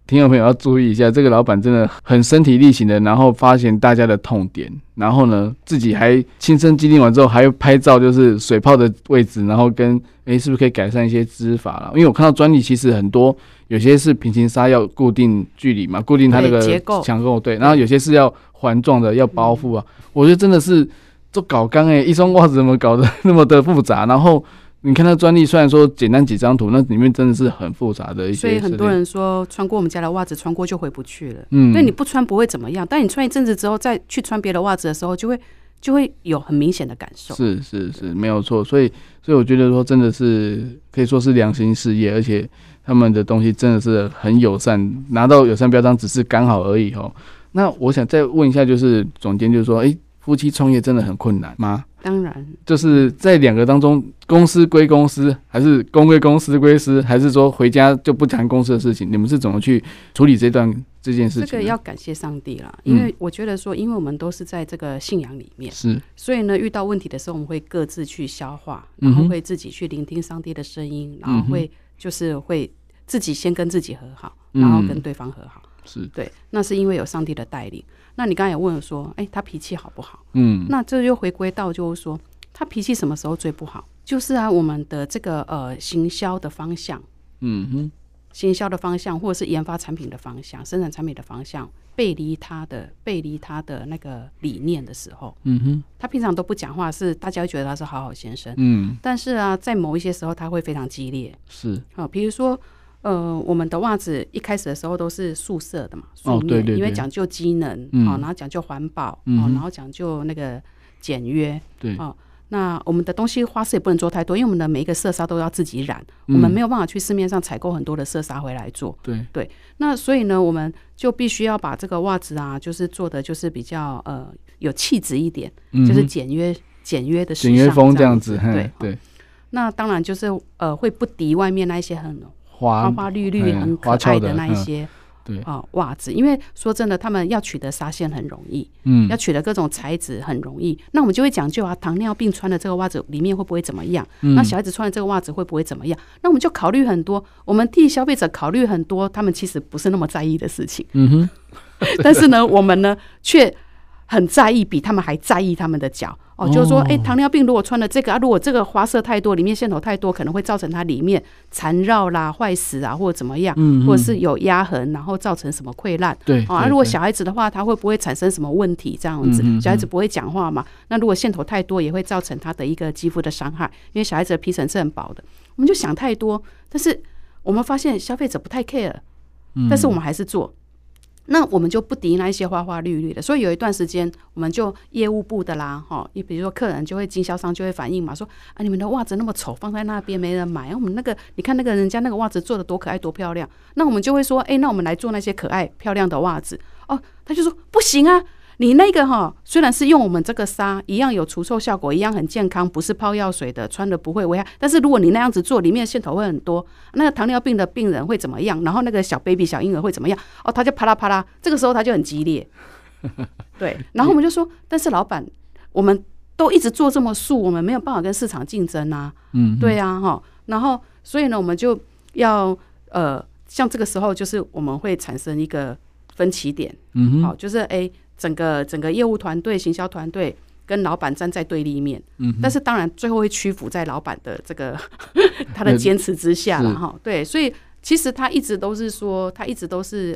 听众朋友要注意一下，这个老板真的很身体力行的，然后发现大家的痛点，然后呢自己还亲身经历完之后，还拍照就是水泡的位置，然后跟是不是可以改善一些织法啦？因为我看到专利其实很多，有些是平行纱要固定距离嘛，固定它那个墙构，对，然后有些是要环状的，要包覆啊。我觉得真的是做搞纲一双袜子怎么搞得那么的复杂？然后你看它专利，虽然说简单几张图，那里面真的是很复杂的一些。 所以很多人说穿过我们家的袜子，穿过就回不去了。对，你不穿不会怎么样，但你穿一阵子之后，再去穿别的袜子的时候，就会有很明显的感受。 是，没有错。所以我觉得说，真的是可以说是良心事业，而且他们的东西真的是很友善，拿到友善标章只是刚好而已哦。那我想再问一下，就是总监就是说，夫妻创业真的很困难吗？ 当然， 就是在两个当中，公司归公司，还是公归公，私归私，还是说回家就不谈公司的事情？你们是怎么去处理这件事情？ 这个要感谢上帝啦，因为我觉得说，因为我们都是在这个信仰里面， 是， 所以呢，遇到问题的时候，我们会各自去消化，然后会自己去聆听上帝的声音，然后会自己先跟自己和好，然后跟对方和好。 是，对， 那是因为有上帝的带领。那你刚才也问了说，他脾气好不好？那这就回归到就是说，他脾气什么时候最不好？就是我们的这个行销的方向，行销的方向，或者是研发产品的方向、生产产品的方向背离他的那个理念的时候，他平常都不讲话，是大家会觉得他是好好先生，但是在某一些时候他会非常激烈， 是比如说。我们的袜子一开始的时候都是素色的嘛，素面，对，因为讲究机能，然后讲究环保，然后讲究那个简约， 对， 那我们的东西花色也不能做太多，因为我们的每一个色纱都要自己染，我们没有办法去市面上采购很多的色纱回来做，对，那所以呢，我们就必须要把这个袜子就是做的就是比较有气质一点，就是简约的时尚，简约风这样子，对， 那当然就是会不敌外面那一些很花花绿绿很可爱的那一些袜子，因为说真的，他们要取得纱线很容易，要取得各种材质很容易。那我们就会讲究糖尿病穿的这个袜子里面会不会怎么样？那小孩子穿的这个袜子会不会怎么样？那我们就考虑很多，我们替消费者考虑很多，他们其实不是那么在意的事情。但是呢，我们呢却很在意，比他们还在意他们的脚。就是说，糖尿病如果穿了这个如果这个花色太多，里面线头太多，可能会造成它里面缠绕啦、坏死啊，或者怎么样，或者是有压痕，然后造成什么溃烂。 对， 如果小孩子的话，他会不会产生什么问题？这样子，小孩子不会讲话嘛？那如果线头太多，也会造成他的一个肌肤的伤害，因为小孩子的皮层是很薄的。我们就想太多，但是我们发现消费者不太 care，但是我们还是做。那我们就不敌那一些花花绿绿的，所以有一段时间，我们就业务部的啦，你比如说客人就会经销商就会反映嘛，说你们的袜子那么丑，放在那边没人买，我们那个你看那个人家那个袜子做的多可爱多漂亮，那我们就会说，那我们来做那些可爱漂亮的袜子。他就说不行啊，你那个虽然是用我们这个纱，一样有除臭效果，一样很健康，不是泡药水的，穿了不会危害。但是如果你那样子做，里面的线头会很多，那个糖尿病的病人会怎么样？然后那个小 baby 小婴儿会怎么样？他就啪啦啪啦，这个时候他就很激烈。对，然后我们就说，但是老板，我们都一直做这么素，我们没有办法跟市场竞争啊。对啊，然后所以呢，我们就要像这个时候，就是我们会产生一个分歧点。就是整个业务团队、行销团队跟老板站在对立面，但是当然最后会屈服在老板的这个他的坚持之下了哈。对，所以其实他一直都是说，他一直都是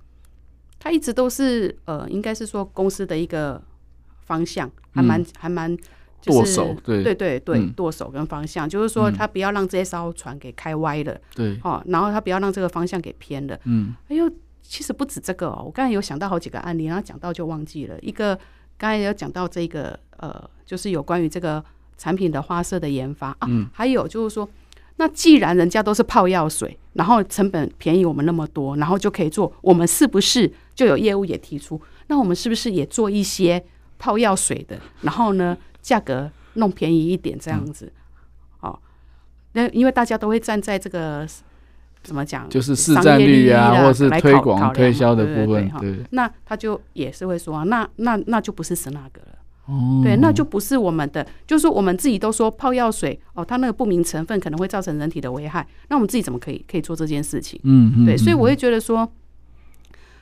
应该是说公司的一个方向，还蛮舵手， 对，舵手跟方向，就是说他不要让这艘船给开歪了， 对， 然后他不要让这个方向给偏了，其实不止这个我刚才有想到好几个案例，然后讲到就忘记了。一个刚才有讲到这个就是有关于这个产品的花色的研发还有就是说，那既然人家都是泡药水，然后成本便宜我们那么多，然后就可以做，我们是不是就有业务也提出，那我们是不是也做一些泡药水的，然后呢价格弄便宜一点这样子？那因为大家都会站在这个。怎么讲？就是市占率或者是推广推销的部分。对， 那他就也是会说那就不是是那个了。对，那就不是我们的，就是说我们自己都说泡药水它那个不明成分可能会造成人体的危害，那我们自己怎么可以做这件事情？对，所以我会觉得说，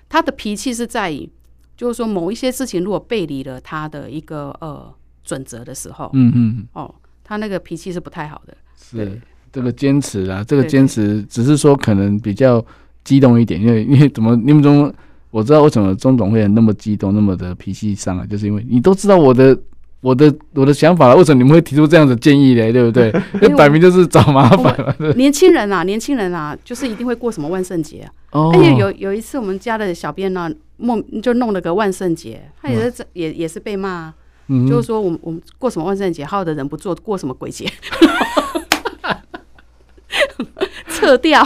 他的脾气是在于，就是说某一些事情如果背离了他的一个准则的时候，他那个脾气是不太好的。 是这个坚持啊，这个坚持只是说可能比较激动一点，因为怎么你们中我知道为什么钟总会那么激动，那么的脾气上来，就是因为你都知道我的想法了，为什么你们会提出这样的建议嘞？对不对？那摆明就是找麻烦了。 年轻人啊，就是一定会过什么万圣节啊。而且有一次我们家的小编呢，就弄了个万圣节，他也是被骂啊。就是说我们过什么万圣节，好的人不做，过什么鬼节？撤掉。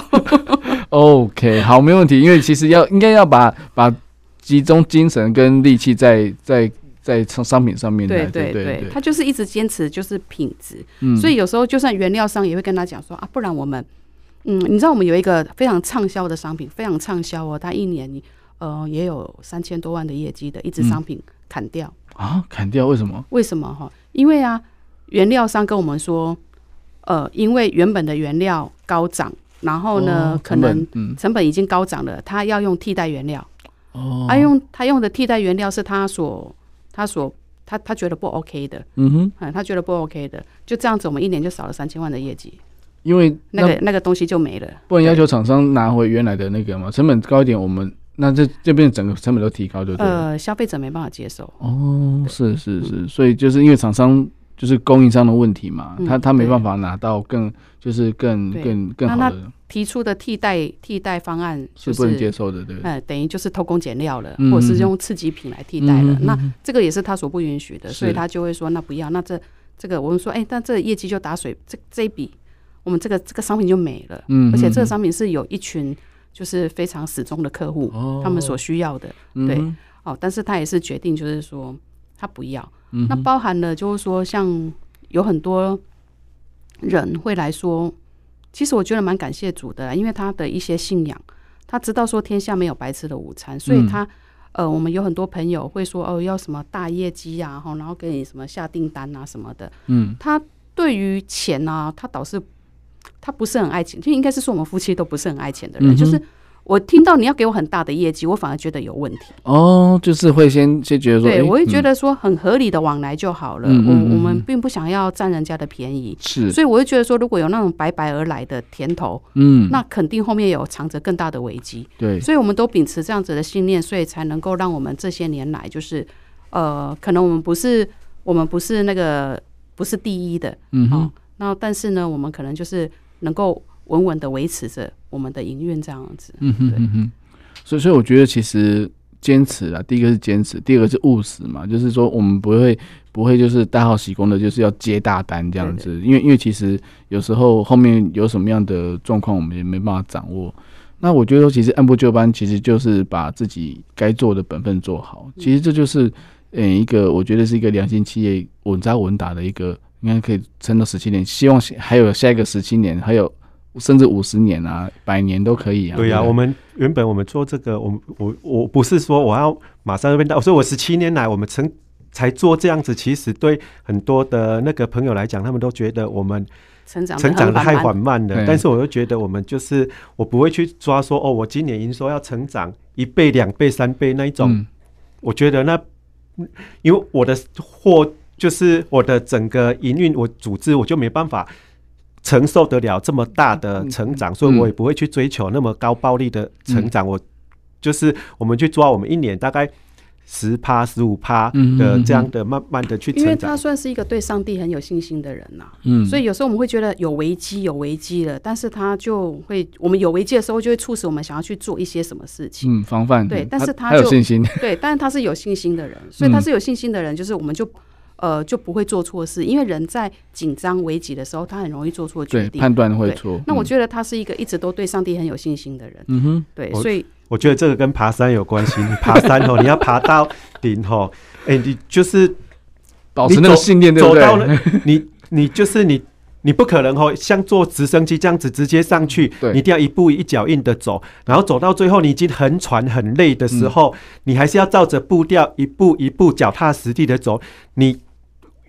OK， 好，没问题。因为其实应该要把集中精神跟力气在商品上面来。对， 他就是一直坚持就是品质。所以有时候就算原料商也会跟他讲说啊，不然我们你知道我们有一个非常畅销的商品，非常畅销哦，他一年也有3000多万的业绩的一支商品砍掉。 砍掉为什么？ 为什么因为原料商跟我们说，因为原本的原料高涨，然后呢，可能成本已经高涨了，他要用替代原料。他用的替代原料是他觉得不 OK 的。他觉得不 OK 的，就这样子，我们一年就少了3000万的业绩。因为那个东西就没了。 不能要求厂商拿回原来的那个嘛，成本高一点，我们。那这边整个成本都提高，对不对？ 消费者没办法接受。 是，所以就是因为厂商就是供应商的问题嘛，他没办法拿到更好的。 那他提出的替代方案是不能接受的，对不对？ 等于就是偷工减料了，或者是用次级品来替代了。那这个也是他所不允许的，所以他就会说那不要。那这个我们说，但这个业绩就打水，这一笔我们这个商品就没了。而且这个商品是有一群。就是非常始终的客户，他们所需要的，对，但是他也是决定，就是说他不要。那包含了就是说，像有很多人会来说，其实我觉得蛮感谢主的，因为他的一些信仰，他知道说天下没有白吃的午餐，所以他我们有很多朋友会说要什么大业绩啊，然后给你什么下订单啊什么的，他对于钱啊，他倒是。他不是很爱钱，就应该是说我们夫妻都不是很爱钱的人。就是我听到你要给我很大的业绩，我反而觉得有问题。 就是会先觉得说， 对，我会觉得说很合理的往来就好了。我们并不想要占人家的便宜， 是， 所以我会觉得说，如果有那种白白而来的甜头，那肯定后面有藏着更大的危机。 对， 所以我们都秉持这样子的信念，所以才能够让我们这些年来，就是可能我们不是那个不是第一的，那但是呢，我们可能就是能够稳稳的维持着我们的营运这样子。 所以我觉得其实坚持啊，第一个是坚持，第二个是务实嘛，就是说我们不会就是大好喜功的，就是要接大单这样子。对，因为其实有时候后面有什么样的状况，我们也没办法掌握。那我觉得说，其实按部就班，其实就是把自己该做的本分做好。其实这就是一个我觉得是一个良心企业稳扎稳打的一个。应该可以撑到17年，希望还有下一个17年，还有甚至50年啊，100年都可以啊。 对啊，我们原本我们做这个，我不是说我要马上就变大，所以我17年来我们才做这样子。其实对很多的那个朋友来讲，他们都觉得我们成长的太缓慢了。但是我又觉得我们就是我不会去抓说我今年营收要成长1倍、2倍、3倍那一种。我觉得因为我的货。就是我的整个营运，我组织我就没办法承受得了这么大的成长，所以我也不会去追求那么高暴利的成长。我们去抓我们一年大概10%、15%的这样的慢慢的去成长。 因为他算是一个对上帝很有信心的人呐，所以有时候我们会觉得有危机了，但是他就会，我们有危机的时候就会促使我们想要去做一些什么事情， 防范。 对，但是他有信心， 对，但是他是有信心的人，所以他是有信心的人，就是我们就不会做错事，因为人在紧张危急的时候，他很容易做错决定， 对，判断会错。 那我觉得他是一个一直都对上帝很有信心的人。对，所以我觉得这个跟爬山有关系。你爬山你要爬到顶你就是保持那个信念，对不对？ 走到了你就是你不可能像坐直升机这样子直接上去，你一定要一步一脚印的走，然后走到最后你已经很喘很累的时候，你还是要照着步调一步一步脚踏实地的走。你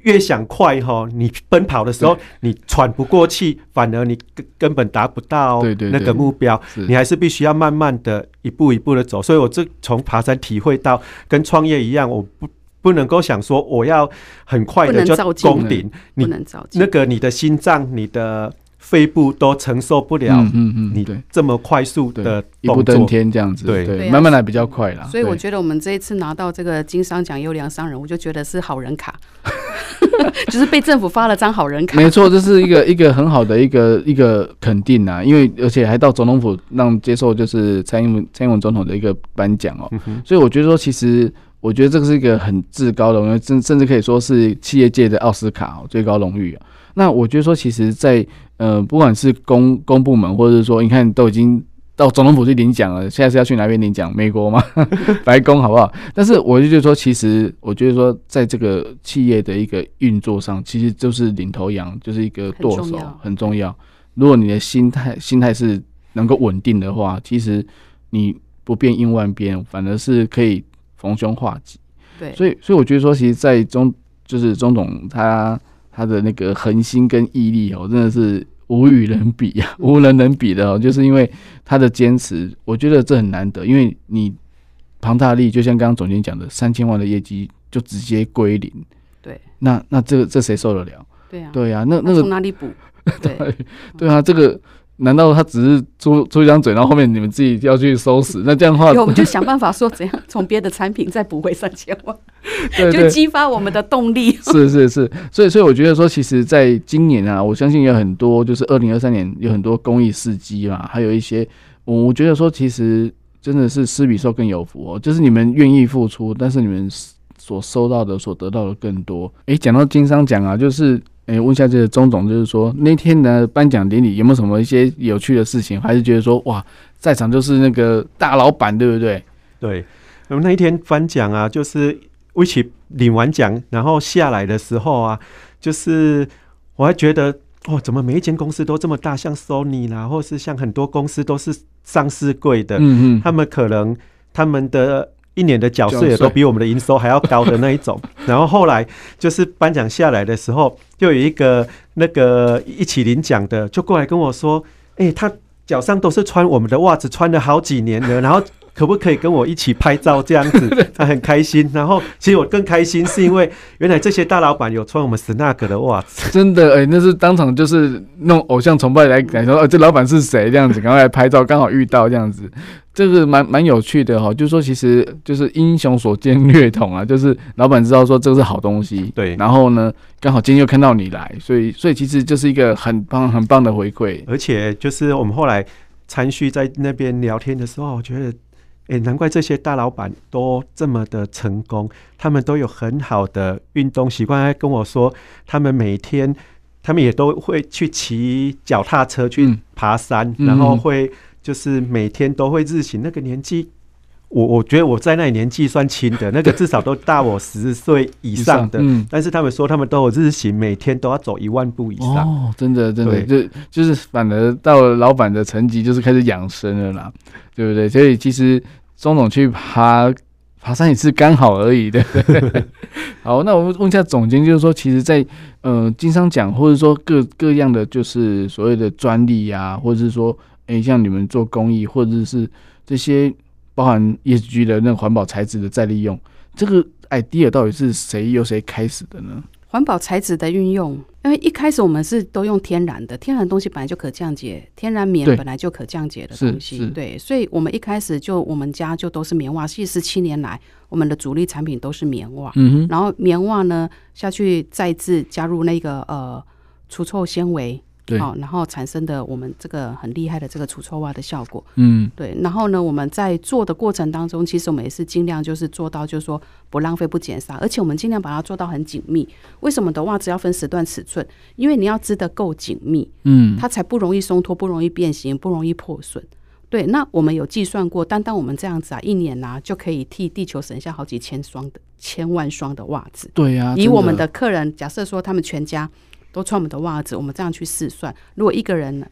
越想快你奔跑的时候你喘不过气，反而你根本达不到那个目标，你还是必须要慢慢的一步一步的走。所以我这从爬山体会到跟创业一样，我不能够想说我要很快的就攻顶， 不能着急， 那个你的心脏你的肺部都承受不了你这么快速的动作， 一步登天这样子，对，慢慢来比较快啦。 所以我觉得我们这一次拿到这个经商奖优良商人，我就觉得是好人卡就是被政府发了张好人卡。 没错，这是一个很好的一个肯定啊，因为而且还到总统府让接受就是蔡英文总统的一个颁奖哦，所以我觉得说其实。我觉得这个是一个很至高的荣誉，甚至可以说是企业界的奥斯卡最高荣誉啊。那我觉得说，其实在，不管是公部门，或者是说，你看都已经到总统府去领奖了，现在是要去哪边领奖？美国吗？白宫好不好？但是我就觉得说，其实我觉得说，在这个企业的一个运作上，其实就是领头羊，就是一个舵手，很重要。如果你的心态是能够稳定的话，其实你不变应万变，反而是可以。逢凶化吉， 对， 所以我觉得说，其实，在就是钟总他的那个恒心跟毅力真的是无与伦比啊，无人能比的就是因为他的坚持，我觉得这很难得，因为你庞大力，就像刚刚总监讲的，3000万的业绩就直接归零， 对， 那这谁受得了？对啊，那个从哪里补？ 对啊，这个。难道他只是出一张嘴，然后后面你们自己要去收拾？那这样的话， 我们就想办法说怎样从别的产品再补回3000万，就激发我们的动力。 是，所以我觉得说，其实在今年啊，我相信有很多，就是2023年有很多公益事迹嘛，还有一些，我觉得说，其实真的是施比受更有福就是你们愿意付出，但是你们所收到的、所得到的更多。讲到经商奖啊，就是。问一下这个钟总，就是说那天的颁奖典礼有没有什么一些有趣的事情？还是觉得说哇，在场就是那个大老板，对不对？ 对，我们那一天颁奖啊，就是一起领完奖，然后下来的时候啊，就是我还觉得怎么每一间公司都这么大，像 Sony 啦，或是像很多公司都是上市柜的，他们可能他们的。1年的缴税也都比我们的营收还要高的那一种，然后后来就是颁奖下来的时候，就有一个那个一起领奖的就过来跟我说，他脚上都是穿我们的袜子，穿了好几年了，然后可不可以跟我一起拍照这样子？他很开心。然后其实我更开心是因为原来这些大老板有穿我们 Snug 的袜子， 真的那是当场就是弄偶像崇拜来说，这老板是谁这样子，赶快来拍照，刚好遇到这样子。这个蛮有趣的就是说其实就是英雄所见略同啊，就是老板知道说这个是好东西， 对， 然后呢刚好今天又看到你来，所以其实就是一个很棒的回馈。 而且就是我们后来参叙在那边聊天的时候，我觉得难怪这些大老板都这么的成功，他们都有很好的运动习惯。他跟我说他们每天他们也都会去骑脚踏车去爬山，然后会就是每天都会日行。那个年纪我觉得我在那里年纪算轻的，那个至少都大我10岁以上的但是他们说他们都有日行，每天都要走1万步以上。 真的就是反而到了老板的层级就是开始养生了啦，对不对？所以其实钟总去爬山也是刚好而已的。好，那我们问一下总监，就是说其实在经商奖或者说各样的就是所谓的专利啊，或者是说像你们做公益，或者是这些包含 ESG 的那个环保材质的再利用，这个 idea 到底是谁开始的呢？ 环保材质的运用，因为一开始我们是都用天然的东西，本来就可降解，天然棉本来就可降解的东西，对，所以我们一开始我们家就都是棉袜，其实17年来我们的主力产品都是棉袜，然后棉袜呢下去再制加入那个除臭纤维。然后产生的我们这个很厉害的这个除臭袜的效果，对。然后呢，我们在做的过程当中，其实我们也是尽量就是做到，就是说不浪费、不减杀，而且我们尽量把它做到很紧密。为什么的袜子要分时段尺寸？因为你要织得够紧密，它才不容易松脱、不容易变形、不容易破损。对，那我们有计算过，单我们这样子1年就可以替地球省下好几千万双的袜子。 对呀， 以我们的客人，假设说他们全家都穿我们的袜子，我们这样去试算，如果一个人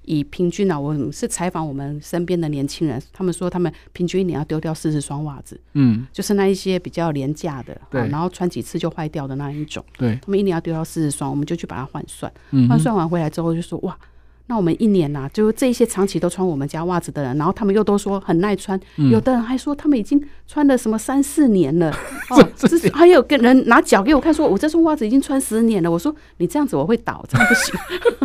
以平均啊，我们是采访我们身边的年轻人，他们说他们平均一年要丢掉40双袜子，就是那一些比较廉价的，然后穿几次就坏掉的那一种， 对， 他们一年要丢掉40双，我们就去把它换算，换算完回来之后就说哇。那我们一年啊，就这些长期都穿我们家袜子的人，然后他们又都说很耐穿，有的人还说他们已经穿了什么3-4年了，还有个人拿脚给我看，说我这双袜子已经穿10年了。我说你这样子我会倒，这样不行。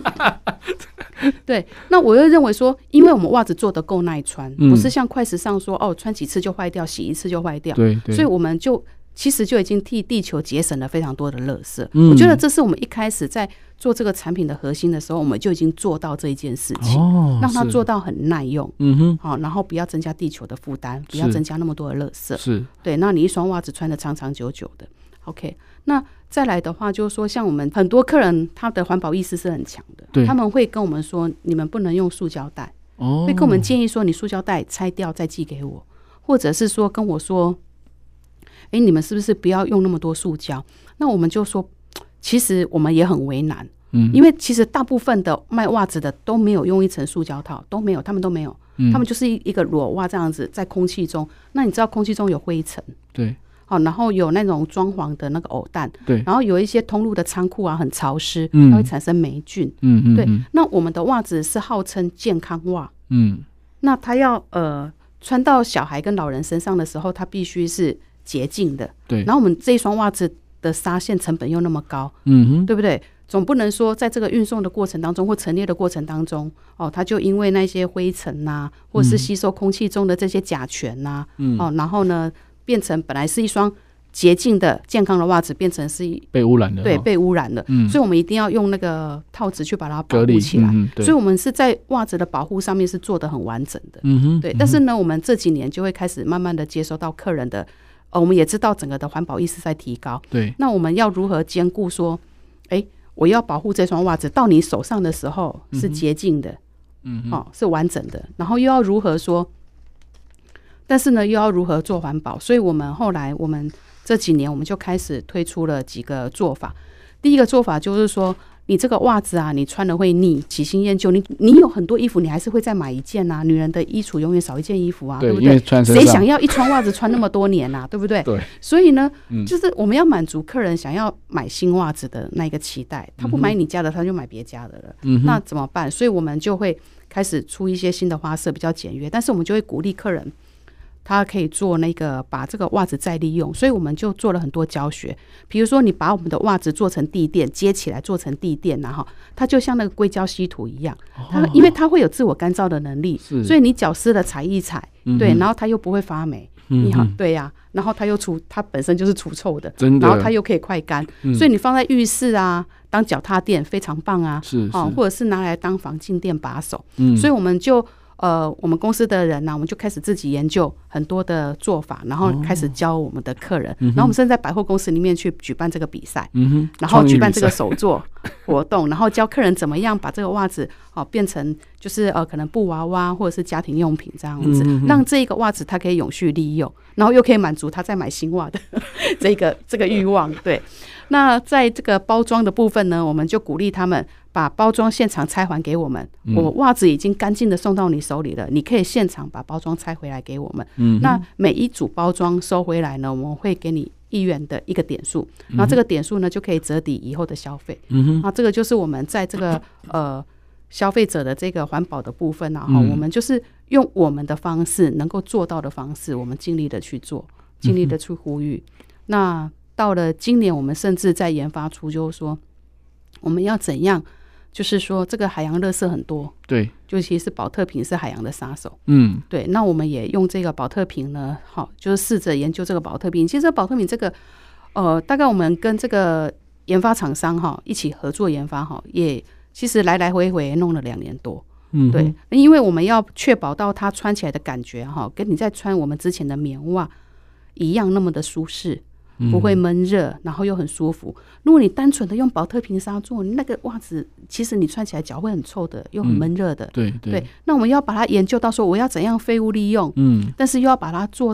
对，那我又认为说，因为我们袜子做得够耐穿，不是像快时尚说穿几次就坏掉，洗一次就坏掉， 对， 所以我们其实就已经替地球节省了非常多的垃圾。我觉得这是我们一开始在做这个产品的核心的时候，我们就已经做到这一件事情，让它做到很耐用，然后不要增加地球的负担，不要增加那么多的垃圾。 是， 对，那你一双袜子穿得长长久久的。OK， 那再来的话，就是说，像我们很多客人，他的环保意识是很强的，他们会跟我们说，你们不能用塑胶袋，会跟我们建议说，你塑胶袋拆掉再寄给我，或者是说跟我说，你们是不是不要用那么多塑胶？那我们就说，其实我们也很为难，因为其实大部分的卖袜子的都没有用一层塑胶套，都没有，他们都没有，他们就是一个裸袜这样子在空气中。那你知道空气中有灰尘， 对， 然后有那种装潢的那个偶氮， 对， 然后有一些通路的仓库啊很潮湿，它会产生霉菌，对。那我们的袜子是号称健康袜，那它要穿到小孩跟老人身上的时候，它必须是洁净的，对。然后我们这一双袜子的纱线成本又那么高，对不对？总不能说在这个运送的过程当中或陈列的过程当中，它就因为那些灰尘啊，或是吸收空气中的这些甲醛啊，然后呢变成本来是一双洁净的健康的袜子，变成是被污染的， 对，被污染了。所以我们一定要用那个套子去把它保护起来。所以我们是在袜子的保护上面是做得很完整的，对。但是呢，我们这几年就会开始慢慢的接收到客人的，我们也知道整个的环保意识在提高，对。那我们要如何兼顾说，我要保护这双袜子到你手上的时候是洁净的，是完整的，然后又要如何说，但是呢又要如何做环保？所以我们后来我们这几年我们就开始推出了几个做法。第一个做法就是说，你这个袜子啊，你穿了会腻，喜新厌旧。你有很多衣服，你还是会再买一件啊。女人的衣橱永远少一件衣服啊，对不对？谁想要一双袜子穿那么多年啊，对不对？对。所以呢，就是我们要满足客人想要买新袜子的那个期待。他不买你家的，他就买别家的了。那怎么办？所以我们就会开始出一些新的花色，比较简约。但是我们就会鼓励客人，他可以做那个把这个袜子再利用，所以我们就做了很多教学。比如说，你把我们的袜子做成地垫，接起来做成地垫，然后它就像那个硅胶稀土一样，因为它会有自我干燥的能力，所以你脚湿了踩一踩，对，然后它又不会发霉。对呀，然后它本身就是除臭的，然后它又可以快干，所以你放在浴室啊，当脚踏垫非常棒啊，或者是拿来当防静电把手。所以我们就我们公司的人呢，我们就开始自己研究很多的做法，然后开始教我们的客人。然后我们甚至在百货公司里面去举办这个比赛，然后举办这个手作活动，然后教客人怎么样把这个袜子变成就是可能布娃娃或者是家庭用品这样子，让这个袜子它可以永续利用，然后又可以满足他再买新袜的这个欲望。对，那在这个包装的部分呢，我们就鼓励他们把包装现场拆还给我们。我袜子已经干净的送到你手里了，你可以现场把包装拆回来给我们。那每一组包装收回来呢，我们会给你1元的一个点数，然后这个点数呢就可以折抵以后的消费。那这个就是我们在这个消费者的这个环保的部分啊，我们就是用我们的方式能够做到的方式，我们尽力的去做，尽力的去呼吁。那到了今年，我们甚至在研发出就是说，我们要怎样，就是说这个海洋垃圾很多，对，尤其是保特瓶是海洋的杀手，对。那我们也用这个保特瓶呢，就是试着研究这个保特瓶。其实保特瓶这个，大概我们跟这个研发厂商一起合作研发也其实来来回回弄了2年多，对，因为我们要确保到它穿起来的感觉跟你在穿我们之前的棉袜一样那么的舒适。不会闷热，然后又很舒服。如果你单纯的用保特瓶纱做，那个袜子其实你穿起来脚会很臭的，又很闷热的。对，那我们要把它研究到说，我要怎样废物利用，但是又要把它做到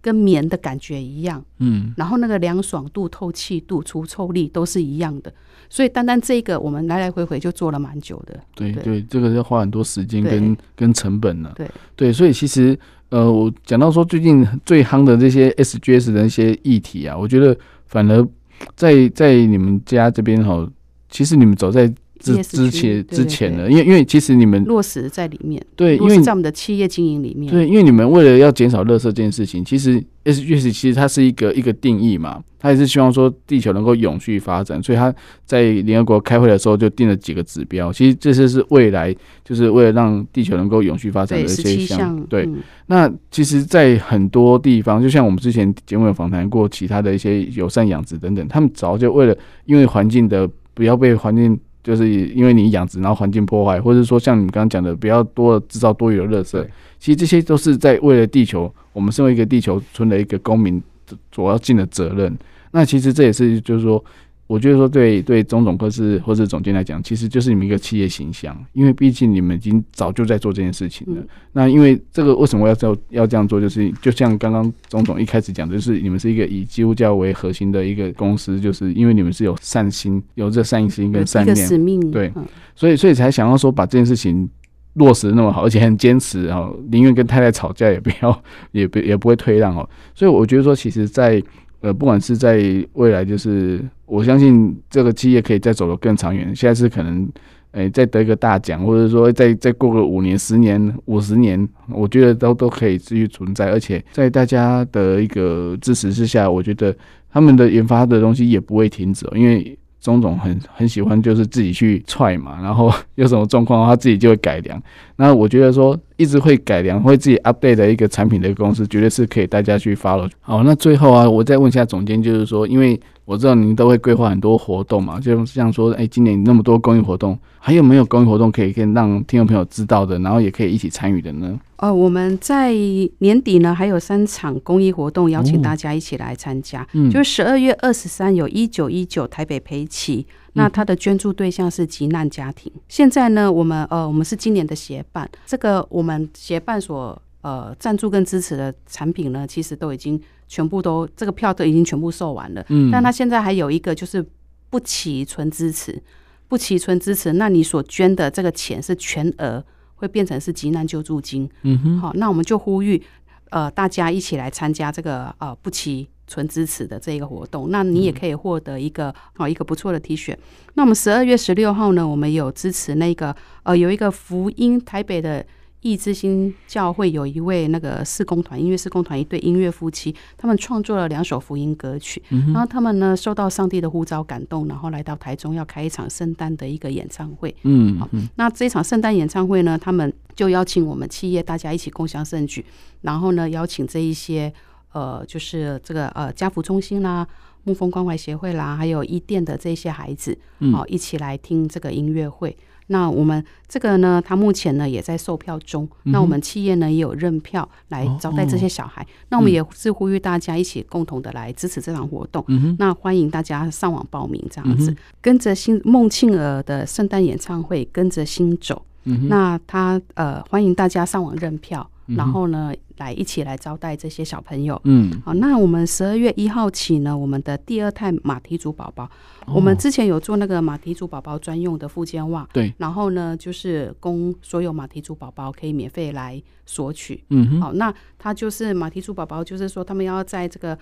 跟棉的感觉一样，然后那个凉爽度、透气度、除臭力都是一样的，所以单单这个我们来来回回就做了蛮久的。 对，这个要花很多时间跟成本了。对，所以其实我讲到说最近最夯的这些 SGS 的一些议题啊，我觉得反而在你们家这边其实你们走在之前了，因为其实你们落实在里面， 对， 落实在我们的企业经营里面。 对，因为你们为了要减少垃圾这件事情，其实 SGS 其实它是一个定义嘛，它也是希望说地球能够永续发展，所以它在联合国开会的时候就定了几个指标。其实这些是未来就是为了让地球能够永续发展的一些项。对，那其实，在很多地方，就像我们之前节目有访谈过其他的一些友善养殖等等，他们早就为了因为环境的不要被环境。就是因为你养殖，然后环境破坏，或者说像你刚刚讲的，不要多制造多余的垃圾，其实这些都是在为了地球，我们身为一个地球村的一个公民所要尽的责任。那其实这也是就是说，我觉得说对钟总科室或是总监来讲，其实就是你们一个企业形象，因为毕竟你们已经早就在做这件事情了。那因为这个为什么要这样做，就是就像刚刚钟总一开始讲的，就是你们是一个以基督教为核心的一个公司，就是因为你们是有善心，有这善心跟善念， 一个使命， 对，所以才想要说把这件事情落实那么好，而且很坚持宁愿跟太太吵架也不会退让所以我觉得说，其实在不管是在未来，就是我相信这个企业可以再走得更长远。现在是可能，再得一个大奖，或者说再过个5年、10年、50年，我觉得都可以继续存在。而且在大家的一个支持之下，我觉得他们的研发的东西也不会停止因为钟总很喜欢就是自己去踹嘛，然后有什么状况他自己就会改良。那我觉得说一直会改良会自己 update 的一个产品的一个公司，绝对是可以大家去 follow。 好，那最后啊，我再问一下总监，就是说因为我知道您都会规划很多活动嘛，就像说今年那么多公益活动，还有没有公益活动可以让听众朋友知道的，然后也可以一起参与的呢？ 我们在年底呢还有3场公益活动，邀请大家一起来参加。就是12月23有1919台北培奇，那它的捐助对象是急难家庭。现在呢，我们是今年的协办，这个我们协办所赞助跟支持的产品呢，其实都已经全部这个票都已经全部售完了。但它现在还有一个就是不期存支持，那你所捐的这个钱是全额会变成是急难救助金。好，那我们就呼吁大家一起来参加这个不期存支持的这个活动。那你也可以获得一个不错的 T 恤。那我们12月16号呢，我们有支持那个有一个福音台北的义之心教会，有一位那个音乐事工团一对音乐夫妻，他们创作了2首福音歌曲。然后他们呢受到上帝的呼召感动，然后来到台中要开一场圣诞的一个演唱会。那这一场圣诞演唱会呢，他们就邀请我们企业大家一起共襄盛举，然后呢邀请这一些就是这个家福中心啦、牧风关怀协会啦，还有伊甸的这些孩子一起来听这个音乐会。那我们这个呢，他目前呢也在售票中。那我们企业呢也有认票来招待这些小孩。那我们也是呼吁大家一起共同的来支持这场活动。那欢迎大家上网报名，这样子跟着孟庆儿的圣诞演唱会跟着心走。那他欢迎大家上网认票，然后呢一起来招待这些小朋友。好，那我们12月1号起呢，我们的第2代马蹄族宝宝，我们之前有做那个马蹄族宝宝专用的复健袜，对，然后呢就是供所有马蹄族宝宝可以免费来索取。好，那他就是马蹄族宝宝，就是说他们要在这个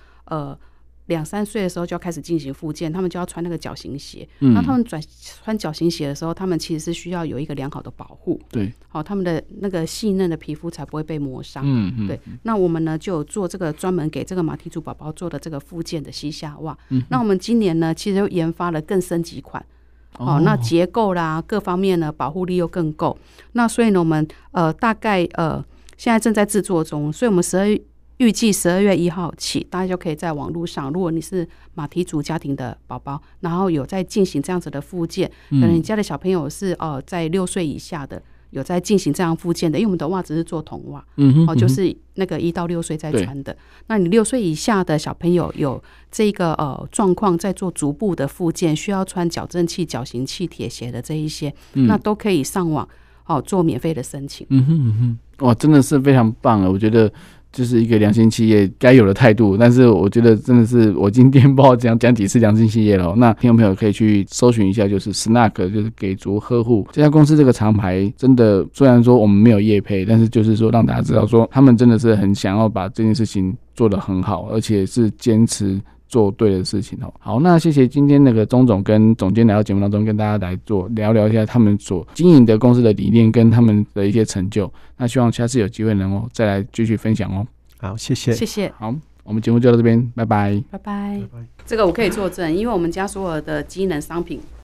2-3岁的时候就要开始进行复健，他们就要穿那个脚型鞋。那他们穿脚型鞋的时候，他们其实是需要有一个良好的保护，对，好，他们的那个细嫩的皮肤才不会被磨伤。对。那我们呢就有做这个专门给这个马蹄族宝宝做的这个复健的膝下袜。那我们今年呢其实又研发了更升级款。那结构啦各方面呢保护力又更够。那所以呢我们大概现在正在制作中，所以我们预计12月1号起，大家就可以在网络上，如果你是马蹄族家庭的宝宝，然后有在进行这样子的复健，可能你家的小朋友是在6岁以下的，有在进行这样复健的，因为我们的袜子是做童袜，就是那个1到6岁在穿的。那你6岁以下的小朋友有这个状况，在做足部的复健，需要穿矫正器、矫形器、铁鞋的这一些，那都可以上网做免费的申请。哇， 真的是非常棒了！我觉得就是一个良心企业该有的态度。但是我觉得真的是我今天不知道讲几次良心企业了。那听众朋友可以去搜寻一下，就是 Snack， 就是给足呵护这家公司这个厂牌，真的虽然说我们没有业配，但是就是说让大家知道说他们真的是很想要把这件事情做得很好，而且是坚持做对的事情哦。好，那谢谢今天那个钟总跟总监来到节目当中，跟大家来聊聊一下他们所经营的公司的理念跟他们的一些成就。那希望下次有机会能够再来继续分享哦。 好，谢谢， 谢谢。 好，我们节目就到这边，拜拜， 拜拜。这个我可以作证，因为我们家所有的机能商品